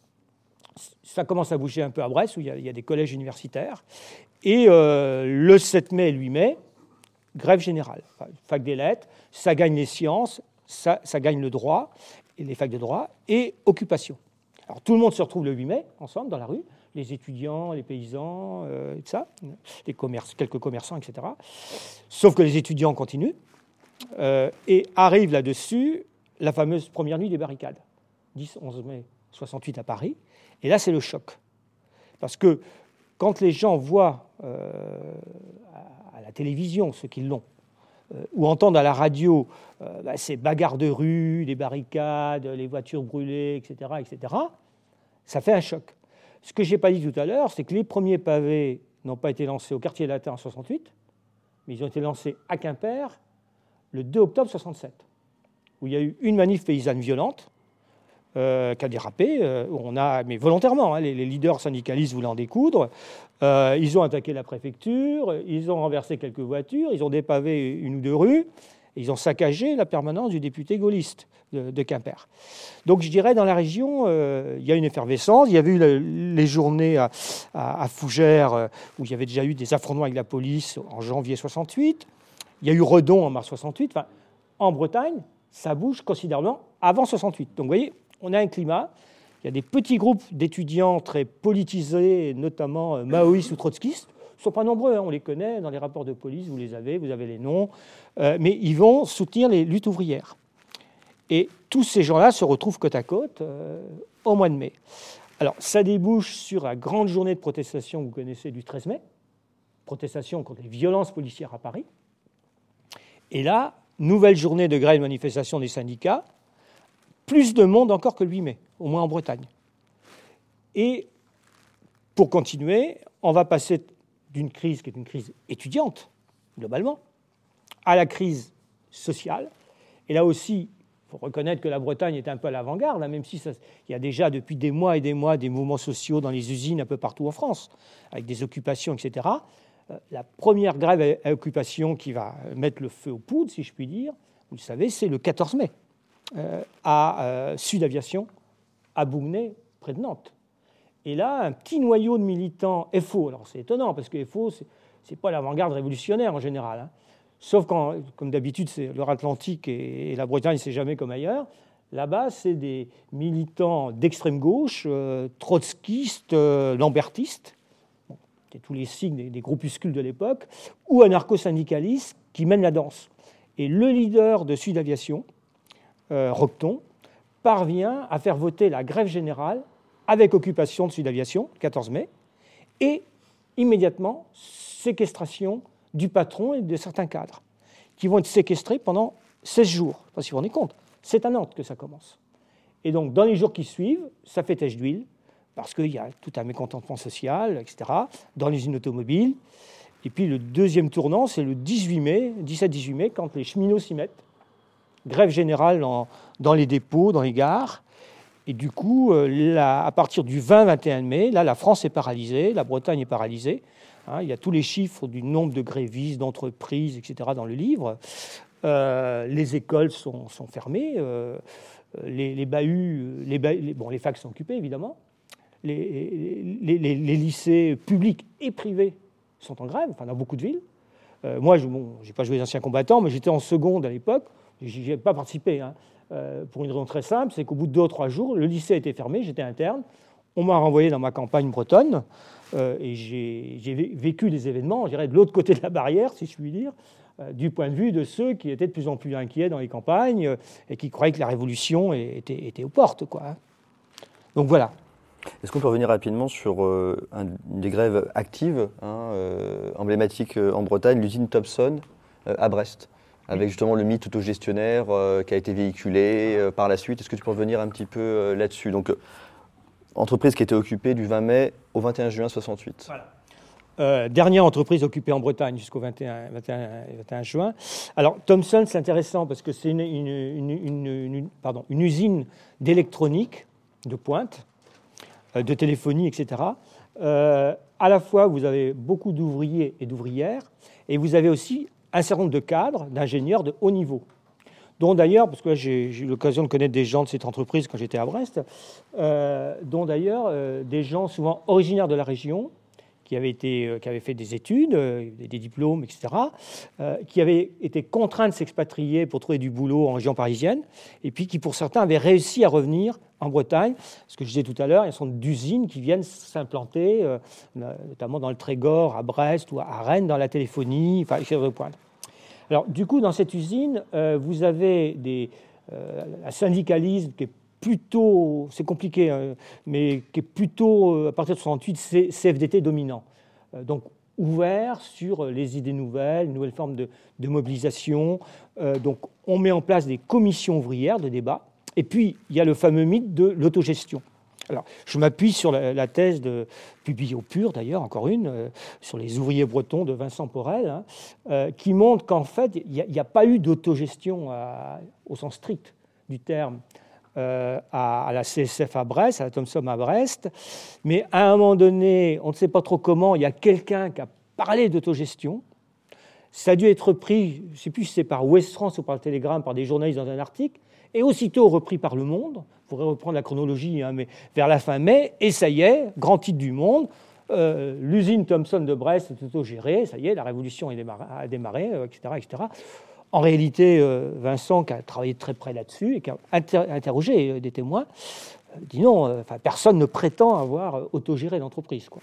Ça commence à bouger un peu à Brest, où il y a, il y a des collèges universitaires. Et euh, le sept mai et le huit mai, grève générale. Enfin, fac des lettres, ça gagne les sciences, ça, ça gagne le droit, et les facs de droit, et occupation. Alors tout le monde se retrouve le huit mai, ensemble, dans la rue, les étudiants, les paysans, euh, et tout ça, les commerces, quelques commerçants, et cetera. Sauf que les étudiants continuent, euh, et arrive là-dessus la fameuse première nuit des barricades, dix onze mai soixante-huit à Paris, et là c'est le choc. Parce que quand les gens voient euh, à la télévision, ceux qui l'ont, euh, ou entendent à la radio euh, bah, ces bagarres de rue, les barricades, les voitures brûlées, et cetera, et cetera, ça fait un choc. Ce que je n'ai pas dit tout à l'heure, c'est que les premiers pavés n'ont pas été lancés au quartier latin en soixante-huit, mais ils ont été lancés à Quimper le deux octobre soixante-sept, où il y a eu une manif paysanne violente, Euh, qui a dérapé, euh, on a, mais volontairement, hein, les, les leaders syndicalistes voulaient en découdre. Euh, ils ont attaqué la préfecture, ils ont renversé quelques voitures, ils ont dépavé une ou deux rues, et ils ont saccagé la permanence du député gaulliste de, de Quimper. Donc je dirais, dans la région, euh, il y a une effervescence. Il y avait eu le, les journées à, à, à Fougères, euh, où il y avait déjà eu des affrontements avec la police en janvier soixante-huit. Il y a eu Redon en mars soixante-huit. Enfin, en Bretagne, ça bouge considérablement avant soixante-huit. Donc vous voyez, on a un climat, il y a des petits groupes d'étudiants très politisés, notamment euh, maoïstes ou trotskistes. Ils ne sont pas nombreux, hein, on les connaît dans les rapports de police, vous les avez, vous avez les noms, euh, mais ils vont soutenir les luttes ouvrières. Et tous ces gens-là se retrouvent côte à côte euh, au mois de mai. Alors, ça débouche sur la grande journée de protestation que vous connaissez du treize mai, protestation contre les violences policières à Paris. Et là, nouvelle journée de grève et de manifestation des syndicats, plus de monde encore que le huit mai, au moins en Bretagne. Et pour continuer, on va passer d'une crise qui est une crise étudiante, globalement, à la crise sociale. Et là aussi, il faut reconnaître que la Bretagne est un peu à l'avant-garde, hein, même si ça, il y a déjà depuis des mois et des mois des mouvements sociaux dans les usines un peu partout en France, avec des occupations, et cetera. Euh, la première grève à occupation qui va mettre le feu aux poudres, si je puis dire, vous le savez, c'est le quatorze mai. Euh, à euh, Sud Aviation, à Bougnay, près de Nantes. Et là, un petit noyau de militants F O. Alors c'est étonnant, parce que F O, ce n'est pas l'avant-garde révolutionnaire en général. Hein. Sauf quand, comme d'habitude, c'est l'Atlantique et, et la Bretagne, c'est jamais comme ailleurs. Là-bas, c'est des militants d'extrême gauche, euh, trotskistes, euh, lambertistes. Bon. c'est tous les signes des, des groupuscules de l'époque, ou anarcho-syndicalistes qui mènent la danse. Et le leader de Sud Aviation, euh, Roqueton, parvient à faire voter la grève générale avec occupation de Sud Aviation, le quatorze mai, et immédiatement séquestration du patron et de certains cadres, qui vont être séquestrés pendant seize jours. Je ne sais pas si vous vous rendez compte. C'est à Nantes que ça commence. Et donc, dans les jours qui suivent, ça fait tache d'huile, parce qu'il y a tout un mécontentement social, et cetera, dans les usines automobiles. Et puis, le deuxième tournant, c'est le dix-huit mai, dix-sept dix-huit mai, quand les cheminots s'y mettent. Grève générale en, dans les dépôts, dans les gares. Et du coup, là, à partir du vingt vingt et un mai, là, la France est paralysée, la Bretagne est paralysée. Hein, il y a tous les chiffres du nombre de grévistes, d'entreprises, et cetera dans le livre. Euh, les écoles sont, sont fermées, euh, les, les bahuts, les, bahuts, les, bon, les facs sont occupés, évidemment. Les, les, les, les lycées publics et privés sont en grève, enfin, dans beaucoup de villes. Euh, moi, je n'ai bon, pas joué les anciens combattants, mais j'étais en seconde à l'époque. Je n'y ai pas participé, hein, euh, pour une raison très simple, c'est qu'au bout de deux ou trois jours, le lycée a été fermé, j'étais interne, on m'a renvoyé dans ma campagne bretonne, euh, et j'ai, j'ai vécu les événements, je dirais, de l'autre côté de la barrière, si je puis dire, euh, du point de vue de ceux qui étaient de plus en plus inquiets dans les campagnes euh, et qui croyaient que la révolution était, était aux portes, quoi, hein. Donc voilà. Est-ce qu'on peut revenir rapidement sur euh, un, une des grèves actives, hein, euh, emblématiques euh, en Bretagne, l'usine Thomson euh, à Brest, avec justement le mythe autogestionnaire euh, qui a été véhiculé euh, par la suite. Est-ce que tu peux revenir un petit peu euh, là-dessus? Donc, euh, entreprise qui était occupée du vingt mai au vingt et un juin soixante-huit. Voilà. Euh, dernière entreprise occupée en Bretagne jusqu'au vingt et un, vingt et un, vingt et un juin. Alors, Thomson, c'est intéressant parce que c'est une, une, une, une, une, pardon, une usine d'électronique de pointe, euh, de téléphonie, et cetera. Euh, à la fois, vous avez beaucoup d'ouvriers et d'ouvrières, et vous avez aussi un certain nombre de cadres, d'ingénieurs de haut niveau, dont d'ailleurs, parce que là, j'ai, j'ai eu l'occasion de connaître des gens de cette entreprise quand j'étais à Brest, euh, dont d'ailleurs euh, des gens souvent originaires de la région, qui avaient, été, euh, qui avaient fait des études, euh, des diplômes, et cetera, euh, qui avaient été contraints de s'expatrier pour trouver du boulot en région parisienne, et puis qui, pour certains, avaient réussi à revenir en Bretagne. Ce que je disais tout à l'heure, il y a sont d'usines qui viennent s'implanter, euh, notamment dans le Trégor, à Brest ou à Rennes, dans la téléphonie, enfin, chez le point. Alors, du coup, dans cette usine, euh, vous avez des, euh, un syndicalisme qui est plutôt, c'est compliqué, hein, mais qui est plutôt, à partir de soixante-huit, C F D T dominant. Euh, donc, ouvert sur les idées nouvelles, une nouvelle forme de, de mobilisation. Euh, donc, on met en place des commissions ouvrières de débat. Et puis, il y a le fameux mythe de l'autogestion. Alors, je m'appuie sur la, la thèse de, publiée au Pur, d'ailleurs, encore une, euh, sur les ouvriers bretons de Vincent Porel, hein, euh, qui montre qu'en fait, il n'y a, a pas eu d'autogestion à, au sens strict du terme euh, à, à la C S F à Brest, à la Thomson à Brest, mais à un moment donné, on ne sait pas trop comment, il y a quelqu'un qui a parlé d'autogestion. Ça a dû être repris, je ne sais plus si c'est par Ouest France ou par le Télégramme, par des journalistes dans un article, et aussitôt repris par Le Monde. Il faudrait reprendre la chronologie, hein, mais vers la fin mai, et ça y est, grand titre du Monde, euh, l'usine Thomson de Brest est autogérée, ça y est, la révolution a démarré, a démarré euh, et cetera, et cetera. En réalité, euh, Vincent, qui a travaillé très près là-dessus et qui a inter- interrogé euh, des témoins, euh, dit non, euh, personne ne prétend avoir euh, autogéré l'entreprise, quoi.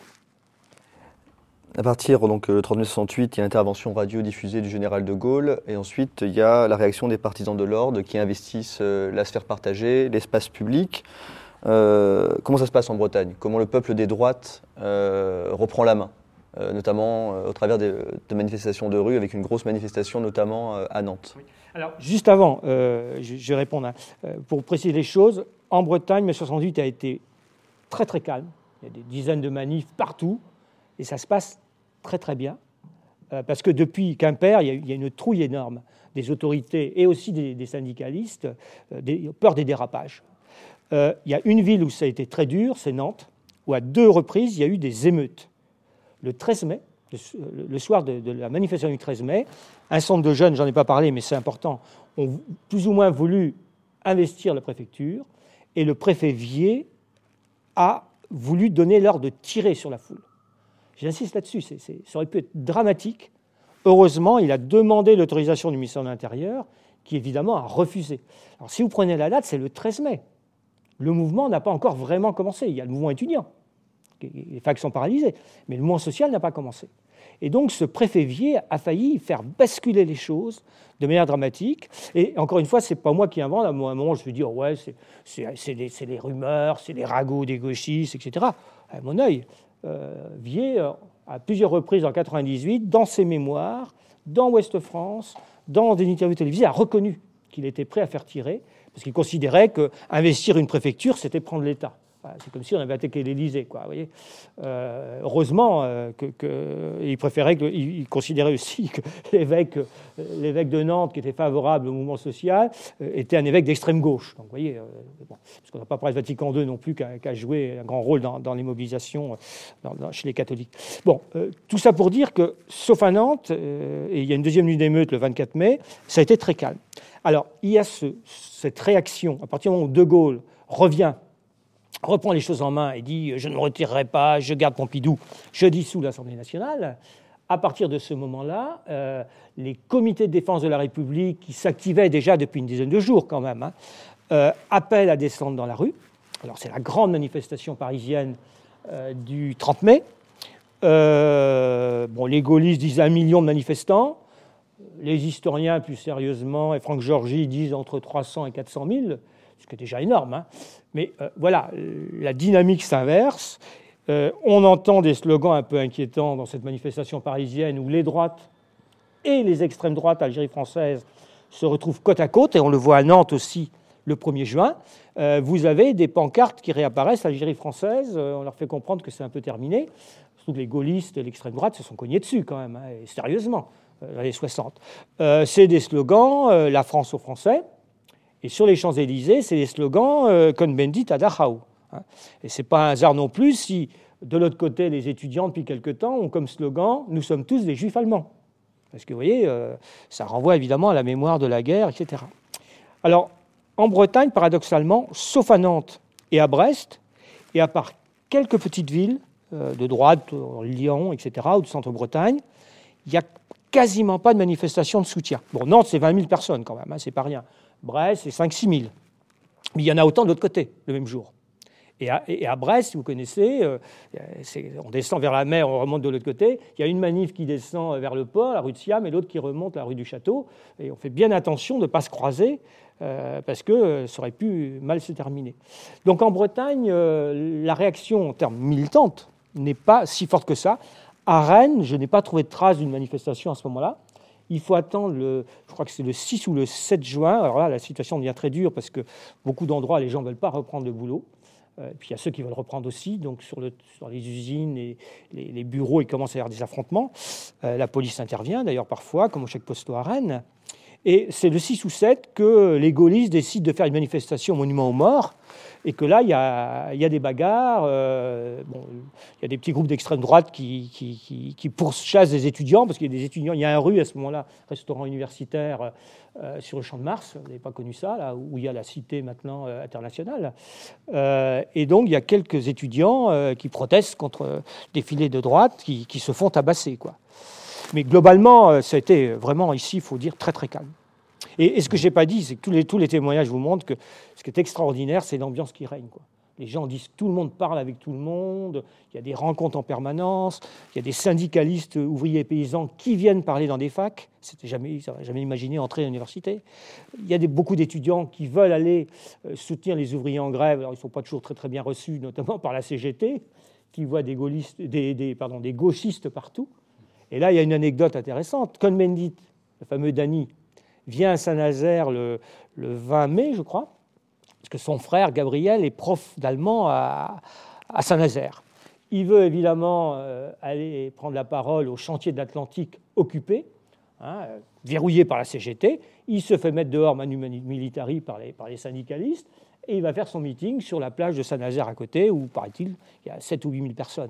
À partir donc le trente mai soixante-huit, il y a l'intervention radio diffusée du général de Gaulle, et ensuite il y a la réaction des partisans de l'ordre qui investissent euh, la sphère partagée, l'espace public. Euh, comment ça se passe en Bretagne? Comment le peuple des droites euh, reprend la main, euh, notamment euh, au travers de, de manifestations de rue, avec une grosse manifestation notamment euh, à Nantes? Oui. Alors juste avant, euh, je, je vais répondre, hein, pour préciser les choses, en Bretagne, mai soixante-huit a été très très calme. Il y a des dizaines de manifs partout, et ça se passe très très bien, euh, parce que depuis Quimper, il y, a, il y a une trouille énorme des autorités et aussi des, des syndicalistes, euh, des, peur des dérapages. Euh, il y a une ville où ça a été très dur, c'est Nantes, où à deux reprises, il y a eu des émeutes. Le treize mai, le, le soir de, de la manifestation du treize mai, un centre de jeunes, j'en ai pas parlé, mais c'est important, ont plus ou moins voulu investir la préfecture, et le préfet Vier a voulu donner l'ordre de tirer sur la foule. J'insiste là-dessus, c'est, c'est, ça aurait pu être dramatique. Heureusement, il a demandé l'autorisation du ministère de l'Intérieur, qui évidemment a refusé. Alors si vous prenez la date, c'est le treize mai. Le mouvement n'a pas encore vraiment commencé. Il y a le mouvement étudiant. les facs sont paralysées, mais le mouvement social n'a pas commencé. Et donc ce préfet Vier a failli faire basculer les choses de manière dramatique. Et encore une fois, ce n'est pas moi qui invente. À un moment, je me suis dit, oh ouais, c'est, c'est, c'est, les, c'est les rumeurs, c'est les ragots des gauchistes, et cetera. À mon œil, euh, Vier, à plusieurs reprises en quatre-vingt-dix-huit, dans ses mémoires, dans Ouest France, dans des interviews télévisées, a reconnu qu'il était prêt à faire tirer, parce qu'il considérait qu'investir une préfecture, c'était prendre l'État. C'est comme si on avait attaqué l'Élysée, quoi. Vous voyez, euh, heureusement, euh, que, que, il préférait, que, il, il considérait aussi que l'évêque, l'évêque de Nantes, qui était favorable au mouvement social, euh, était un évêque d'extrême gauche. Donc, vous voyez, euh, bon, parce qu'on n'a pas parlé de Vatican deux non plus, qui a, qui a joué un grand rôle dans, dans les mobilisations dans, dans, chez les catholiques. Bon, euh, tout ça pour dire que, sauf à Nantes, euh, et il y a une deuxième nuit d'émeute le vingt-quatre mai, ça a été très calme. Alors, il y a ce, cette réaction à partir du moment où De Gaulle revient, reprend les choses en main et dit « je ne me retirerai pas, je garde Pompidou, je dissous l'Assemblée nationale », à partir de ce moment-là, euh, les comités de défense de la République, qui s'activaient déjà depuis une dizaine de jours quand même, hein, euh, appellent à descendre dans la rue. Alors c'est la grande manifestation parisienne euh, du trente mai. Euh, bon, les gaullistes disent un million de manifestants. Les historiens, plus sérieusement, et Franck Georgy disent entre trois cents et quatre cent mille, ce qui est déjà énorme, hein. Mais euh, voilà, la dynamique s'inverse. Euh, on entend des slogans un peu inquiétants dans cette manifestation parisienne où les droites et les extrêmes droites Algérie française se retrouvent côte à côte, et on le voit à Nantes aussi le premier juin. Euh, vous avez des pancartes qui réapparaissent Algérie française, euh, on leur fait comprendre que c'est un peu terminé. Surtout que les gaullistes et l'extrême droite se sont cognés dessus quand même, hein, et sérieusement, euh, dans les années soixante. Euh, c'est des slogans euh, « La France aux Français ». Et sur les Champs-Élysées, c'est les slogans euh, « Cohn-Bendit à Dachau ». Hein. Et ce n'est pas un hasard non plus si, de l'autre côté, les étudiants, depuis quelque temps, ont comme slogan « Nous sommes tous des juifs allemands ». Parce que, vous voyez, euh, ça renvoie évidemment à la mémoire de la guerre, et cetera. Alors, en Bretagne, paradoxalement, sauf à Nantes et à Brest, et à part quelques petites villes euh, de droite, Lyon, et cetera, ou de centre-Bretagne, il n'y a quasiment pas de manifestation de soutien. Bon, Nantes, c'est vingt mille personnes quand même, hein, c'est pas rien. Brest, c'est cinq à six mille. Mais il y en a autant de l'autre côté, le même jour. Et à, et à Brest, si vous connaissez, euh, on descend vers la mer, on remonte de l'autre côté. Il y a une manif qui descend vers le port, la rue de Siam, et l'autre qui remonte la rue du Château. Et on fait bien attention de ne pas se croiser, euh, parce que euh, ça aurait pu mal se terminer. Donc en Bretagne, euh, la réaction en termes militantes n'est pas si forte que ça. À Rennes, je n'ai pas trouvé de trace d'une manifestation à ce moment-là. Il faut attendre, le, je crois que c'est le six ou le sept juin. Alors là, la situation devient très dure parce que beaucoup d'endroits, les gens ne veulent pas reprendre le boulot. Euh, puis il y a ceux qui veulent reprendre aussi. Donc sur, le, sur les usines et les, les bureaux, il commence à y avoir des affrontements. Euh, la police intervient d'ailleurs parfois, comme au chèque postaux à Rennes. Et c'est le six ou sept que les gaullistes décident de faire une manifestation au monument aux morts. Et que là, il y a, il y a des bagarres. Euh, bon, il y a des petits groupes d'extrême droite qui, qui, qui, qui pourchassent des étudiants, parce qu'il y a des étudiants. Il y a un rue à ce moment-là, restaurant universitaire euh, sur le Champ de Mars. Vous n'avez pas connu ça, là, où il y a la cité maintenant euh, internationale. Euh, et donc, il y a quelques étudiants euh, qui protestent contre des filets de droite qui, qui se font tabasser, quoi. Mais globalement, ça a été vraiment ici, il faut dire, très très calme. Et, et ce que je n'ai pas dit, c'est que tous les, tous les témoignages vous montrent que ce qui est extraordinaire, c'est l'ambiance qui règne, quoi. Les gens disent que tout le monde parle avec tout le monde, il y a des rencontres en permanence, il y a des syndicalistes, ouvriers et paysans qui viennent parler dans des facs. C'était jamais, ils n'auraient jamais imaginé entrer à l'université. Il y a des, beaucoup d'étudiants qui veulent aller euh, soutenir les ouvriers en grève. Alors ils ne sont pas toujours très, très bien reçus, notamment par la C G T, qui voit des, gaullistes, des, des, pardon, des gauchistes partout. Et là, il y a une anecdote intéressante. Cohn-Bendit, le fameux Dany, vient à Saint-Nazaire le, le vingt mai, je crois, parce que son frère, Gabriel, est prof d'allemand à, à Saint-Nazaire. Il veut évidemment euh, aller prendre la parole au chantier de l'Atlantique occupé, hein, verrouillé par la C G T. Il se fait mettre dehors manu militari par les, par les syndicalistes, et il va faire son meeting sur la plage de Saint-Nazaire à côté, où, paraît-il, il y a sept ou huit mille personnes.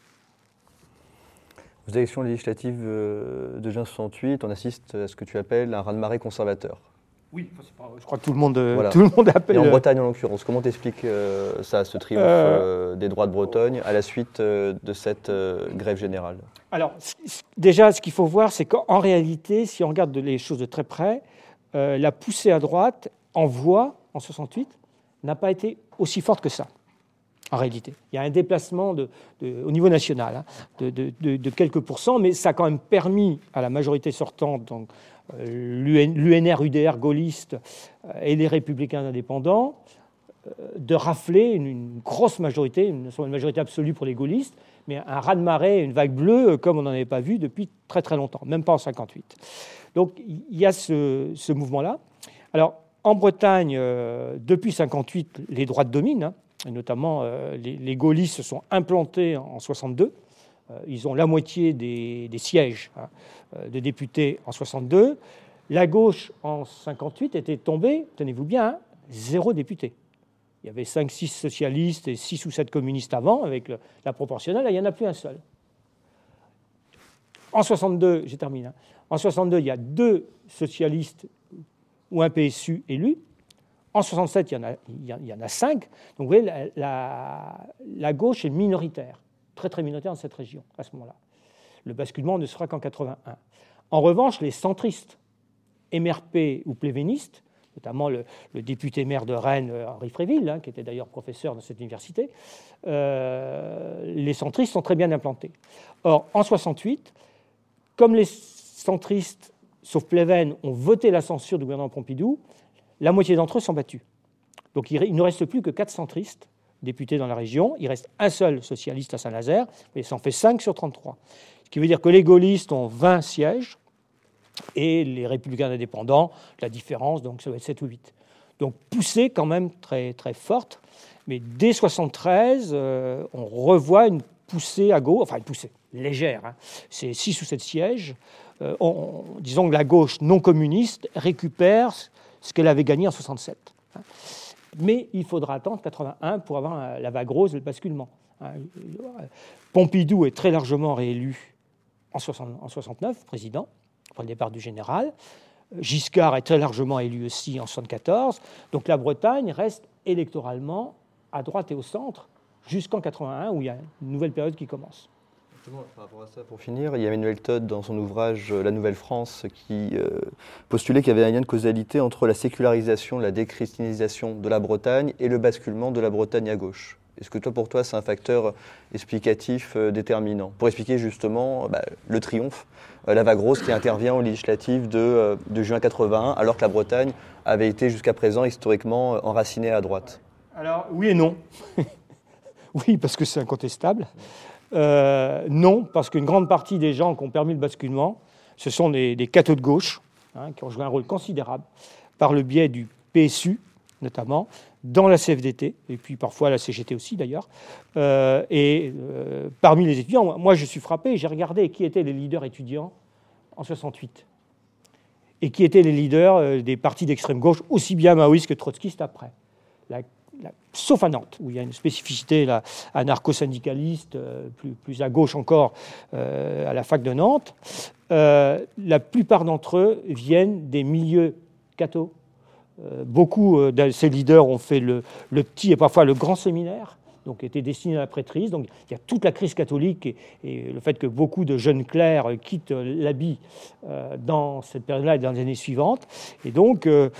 Aux élections législatives de juin soixante-huit, on assiste à ce que tu appelles un raz-de-marée conservateur. Oui, c'est pas, je crois que tout le monde, voilà. tout le monde appelle... Et en Bretagne, en l'occurrence, comment t'expliques euh, ça, ce triomphe euh, des droits de Bretagne à la suite euh, de cette euh, grève générale? Alors, déjà, ce qu'il faut voir, c'est qu'en réalité, si on regarde les choses de très près, euh, la poussée à droite en voix, en soixante-huit, n'a pas été aussi forte que ça. en réalité. Il y a un déplacement de, de, au niveau national hein, de, de, de, de quelques pourcents, mais ça a quand même permis à la majorité sortante, donc euh, l'U N R U D R gaulliste euh, et les Républicains indépendants, euh, de rafler une, une grosse majorité, une, une majorité absolue pour les gaullistes, mais un raz-de-marée, une vague bleue, comme on n'en avait pas vu depuis très très longtemps, même pas en cinquante-huit. Donc il y a ce, ce mouvement-là. Alors en Bretagne, euh, depuis cinquante-huit, les droites dominent, hein, et notamment euh, les, les gaullistes se sont implantés en soixante-deux. Euh, ils ont la moitié des, des sièges hein, de députés en soixante-deux. La gauche en cinquante-huit était tombée, tenez-vous bien, hein, zéro député. Il y avait cinq six socialistes et six ou sept communistes avant, avec le, la proportionnelle, là, il n'y en a plus un seul. En soixante-deux, j'ai terminé, hein, en soixante-deux, il y a deux socialistes ou un P S U élu. En soixante-sept, il y en a, il y en a cinq. Donc vous voyez, la, la, la gauche est minoritaire, très très minoritaire dans cette région à ce moment-là. Le basculement ne sera qu'en quatre-vingt-un. En revanche, les centristes, M R P ou plévénistes, notamment le, le député maire de Rennes, Henri Fréville, hein, qui était d'ailleurs professeur dans cette université, euh, les centristes sont très bien implantés. Or, en soixante-huit, comme les centristes, sauf Pleven, ont voté la censure du gouvernement Pompidou, la moitié d'entre eux sont battus. Donc il ne reste plus que quatre centristes députés dans la région. Il reste un seul socialiste à Saint-Nazaire, mais ça en fait cinq sur trente-trois. Ce qui veut dire que les gaullistes ont vingt sièges et les républicains indépendants, la différence, donc ça va être sept ou huit. Donc poussée quand même très, très forte. Mais dès soixante-treize, euh, on revoit une poussée à gauche, enfin une poussée légère, hein. C'est six ou sept sièges. Euh, on, disons que la gauche non communiste récupère ce qu'elle avait gagné en soixante-sept. Mais il faudra attendre quatre-vingt-un pour avoir la vague rose et le basculement. Pompidou est très largement réélu en soixante-neuf, président, après le départ du général. Giscard est très largement élu aussi en soixante-quatorze. Donc la Bretagne reste électoralement à droite et au centre jusqu'en quatre-vingt-un, où il y a une nouvelle période qui commence. Par rapport à ça, pour finir, il y a Emmanuel Todd dans son ouvrage La Nouvelle France qui euh, postulait qu'il y avait un lien de causalité entre la sécularisation, la déchristianisation de la Bretagne et le basculement de la Bretagne à gauche. Est-ce que toi, pour toi, c'est un facteur explicatif euh, déterminant pour expliquer justement bah, le triomphe, euh, la vague rose qui intervient aux législatives de, euh, de juin quatre-vingt-un, alors que la Bretagne avait été jusqu'à présent historiquement euh, enracinée à droite? Alors oui et non. Oui, parce que c'est incontestable. Euh, non, parce qu'une grande partie des gens qui ont permis le basculement, ce sont des, des cathos de gauche, hein, qui ont joué un rôle considérable par le biais du P S U, notamment, dans la C F D T, et puis parfois la C G T aussi d'ailleurs. Euh, et euh, parmi les étudiants, moi je suis frappé, j'ai regardé qui étaient les leaders étudiants en soixante-huit, et qui étaient les leaders des partis d'extrême gauche, aussi bien maoïstes que trotskistes après. La La, sauf à Nantes, où il y a une spécificité là, anarcho-syndicaliste, euh, plus, plus à gauche encore, euh, à la fac de Nantes. Euh, la plupart d'entre eux viennent des milieux cathos. Euh, beaucoup euh, de ces leaders ont fait le, le petit et parfois le grand séminaire, donc étaient destinés à la prêtrise. Donc il y a toute la crise catholique et, et le fait que beaucoup de jeunes clercs quittent l'habit euh, dans cette période-là et dans les années suivantes. Et donc euh,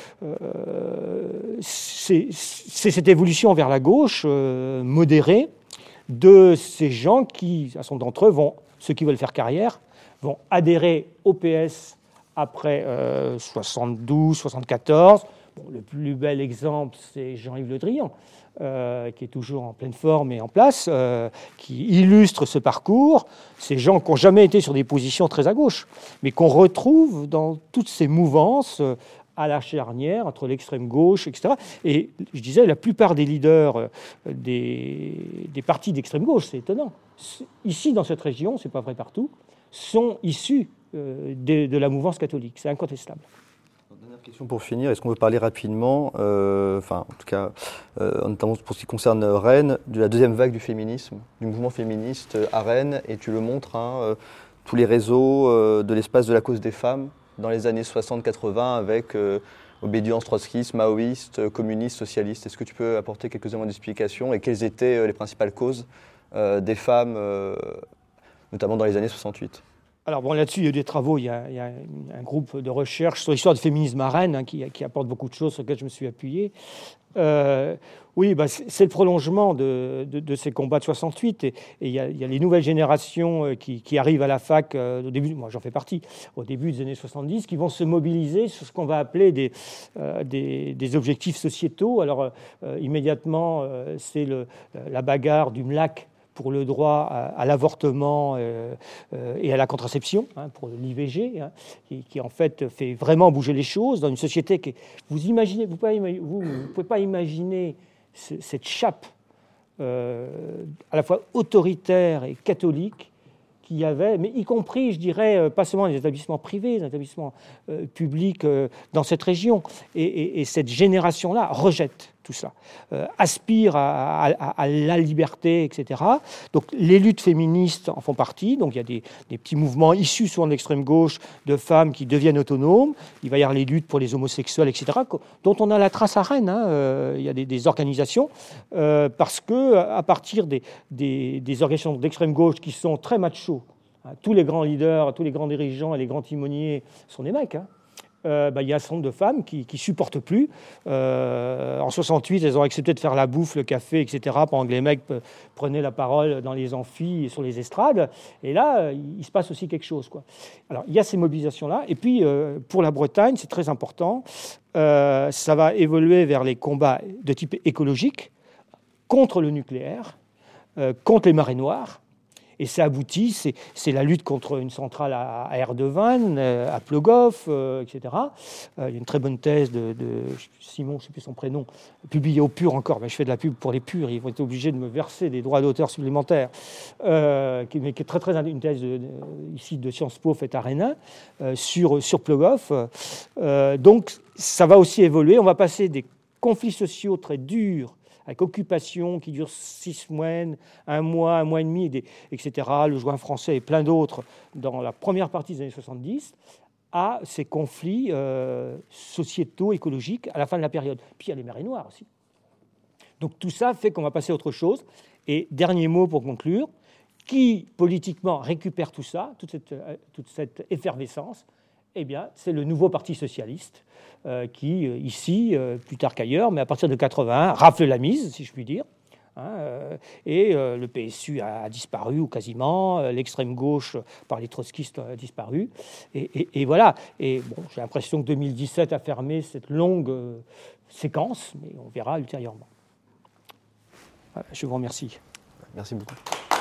euh, c'est, c'est cette évolution vers la gauche euh, modérée de ces gens qui, à son d'entre eux, vont, ceux qui veulent faire carrière, vont adhérer au P S après euh, soixante-douze, soixante-quatorze. Bon, le plus bel exemple, c'est Jean-Yves Le Drian, euh, qui est toujours en pleine forme et en place, euh, qui illustre ce parcours. Ces gens qui n'ont jamais été sur des positions très à gauche, mais qu'on retrouve dans toutes ces mouvances euh, à la charnière entre l'extrême gauche, et cetera. Et je disais, la plupart des leaders euh, des, des partis d'extrême gauche, c'est étonnant. Ici, dans cette région, c'est pas vrai partout, sont issus euh, de, de la mouvance catholique. C'est incontestable. Dernière question pour finir. Est-ce qu'on peut parler rapidement, euh, enfin en tout cas, euh, notamment pour ce qui concerne Rennes, de la deuxième vague du féminisme, du mouvement féministe à Rennes, et tu le montres, hein, euh, tous les réseaux euh, de l'espace de la cause des femmes dans les années soixante quatre-vingt avec euh, obédience trotskiste, maoïste, communiste, socialiste. Est-ce que tu peux apporter quelques éléments d'explication et quelles étaient euh, les principales causes euh, des femmes, euh, notamment dans les années soixante-huit? Alors bon, là-dessus, il y a eu des travaux, il y a, il y a un groupe de recherche sur l'histoire du féminisme à Rennes, hein, qui, qui apporte beaucoup de choses sur lesquelles je me suis appuyé. Euh, oui, bah, c'est, c'est le prolongement de, de, de ces combats de soixante-huit, et, et il, y a, il y a les nouvelles générations qui, qui arrivent à la fac, euh, au début, moi j'en fais partie, au début des années soixante-dix, qui vont se mobiliser sur ce qu'on va appeler des, euh, des, des objectifs sociétaux. Alors euh, immédiatement, euh, c'est le, la bagarre du M L A C pour le droit à, à l'avortement euh, euh, et à la contraception, hein, pour l'I V G, hein, qui, qui en fait fait vraiment bouger les choses dans une société qui, vous imaginez, vous ne vous, vous pouvez pas imaginer ce, cette chape euh, à la fois autoritaire et catholique qu'il y avait, mais y compris, je dirais, pas seulement les établissements privés, les établissements euh, publics euh, dans cette région. Et, et, et cette génération-là rejette tout cela, euh, aspire à, à, à la liberté, et cetera. Donc les luttes féministes en font partie. Donc il y a des, des petits mouvements issus souvent de l'extrême gauche de femmes qui deviennent autonomes. Il va y avoir les luttes pour les homosexuels, et cetera, dont on a la trace à Rennes. Hein. Euh, il y a des, des organisations, euh, parce que à partir des, des, des organisations d'extrême gauche qui sont très machos, hein, tous les grands leaders, tous les grands dirigeants et les grands timoniers sont des mecs, hein. Euh, bah, y a un certain nombre de femmes qui ne supportent plus. Euh, en soixante-huit, elles ont accepté de faire la bouffe, le café, et cetera, pendant que les mecs p- prenaient la parole dans les amphis et sur les estrades. Et là, il, il se passe aussi quelque chose, quoi. Alors, il y a ces mobilisations-là. Et puis, euh, pour la Bretagne, c'est très important. Euh, ça va évoluer vers les combats de type écologique, contre le nucléaire, euh, contre les marées noires. Et ça aboutit, c'est, c'est la lutte contre une centrale à, à Erdevanne, à Plogoff, euh, et cetera. Euh, il y a une très bonne thèse de, de Simon, je ne sais plus son prénom, publiée au Pur encore. Ben, je fais de la pub pour les Purs, ils vont être obligés de me verser des droits d'auteur supplémentaires. Euh, qui, mais qui est très, très une thèse de, de, ici de Sciences Po faite à Rennes, euh, sur, sur Plogoff. Euh, donc ça va aussi évoluer. On va passer des conflits sociaux très durs, avec occupation qui dure six semaines, un mois, un mois et demi, et cetera, le joint français et plein d'autres dans la première partie des années soixante-dix, à ces conflits euh, sociétaux, écologiques à la fin de la période. Puis il y a les marées noires aussi. Donc tout ça fait qu'on va passer à autre chose. Et dernier mot pour conclure, qui politiquement récupère tout ça, toute cette, toute cette effervescence? Eh bien, c'est le nouveau Parti socialiste euh, qui, euh, ici, euh, plus tard qu'ailleurs, mais à partir de quatre-vingt-un, rafle la mise, si je puis dire. Hein, euh, et euh, le P S U a, a disparu, ou quasiment. Euh, l'extrême gauche, par les trotskistes, a disparu. Et, et, et voilà. Et bon, j'ai l'impression que deux mille dix-sept a fermé cette longue euh, séquence, mais on verra ultérieurement. Voilà, je vous remercie. Merci beaucoup.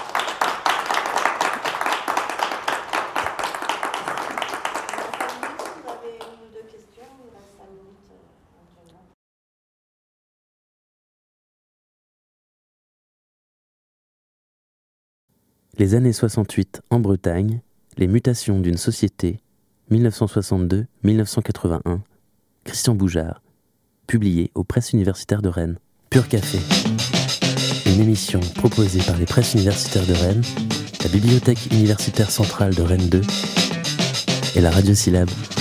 Les années soixante-huit en Bretagne, les mutations d'une société, dix-neuf cent soixante-deux à dix-neuf cent quatre-vingt-un, Christian Boujard, publié aux Presses universitaires de Rennes. Pur Café, une émission proposée par les Presses universitaires de Rennes, la Bibliothèque universitaire centrale de Rennes deux et la Radio Syllabe.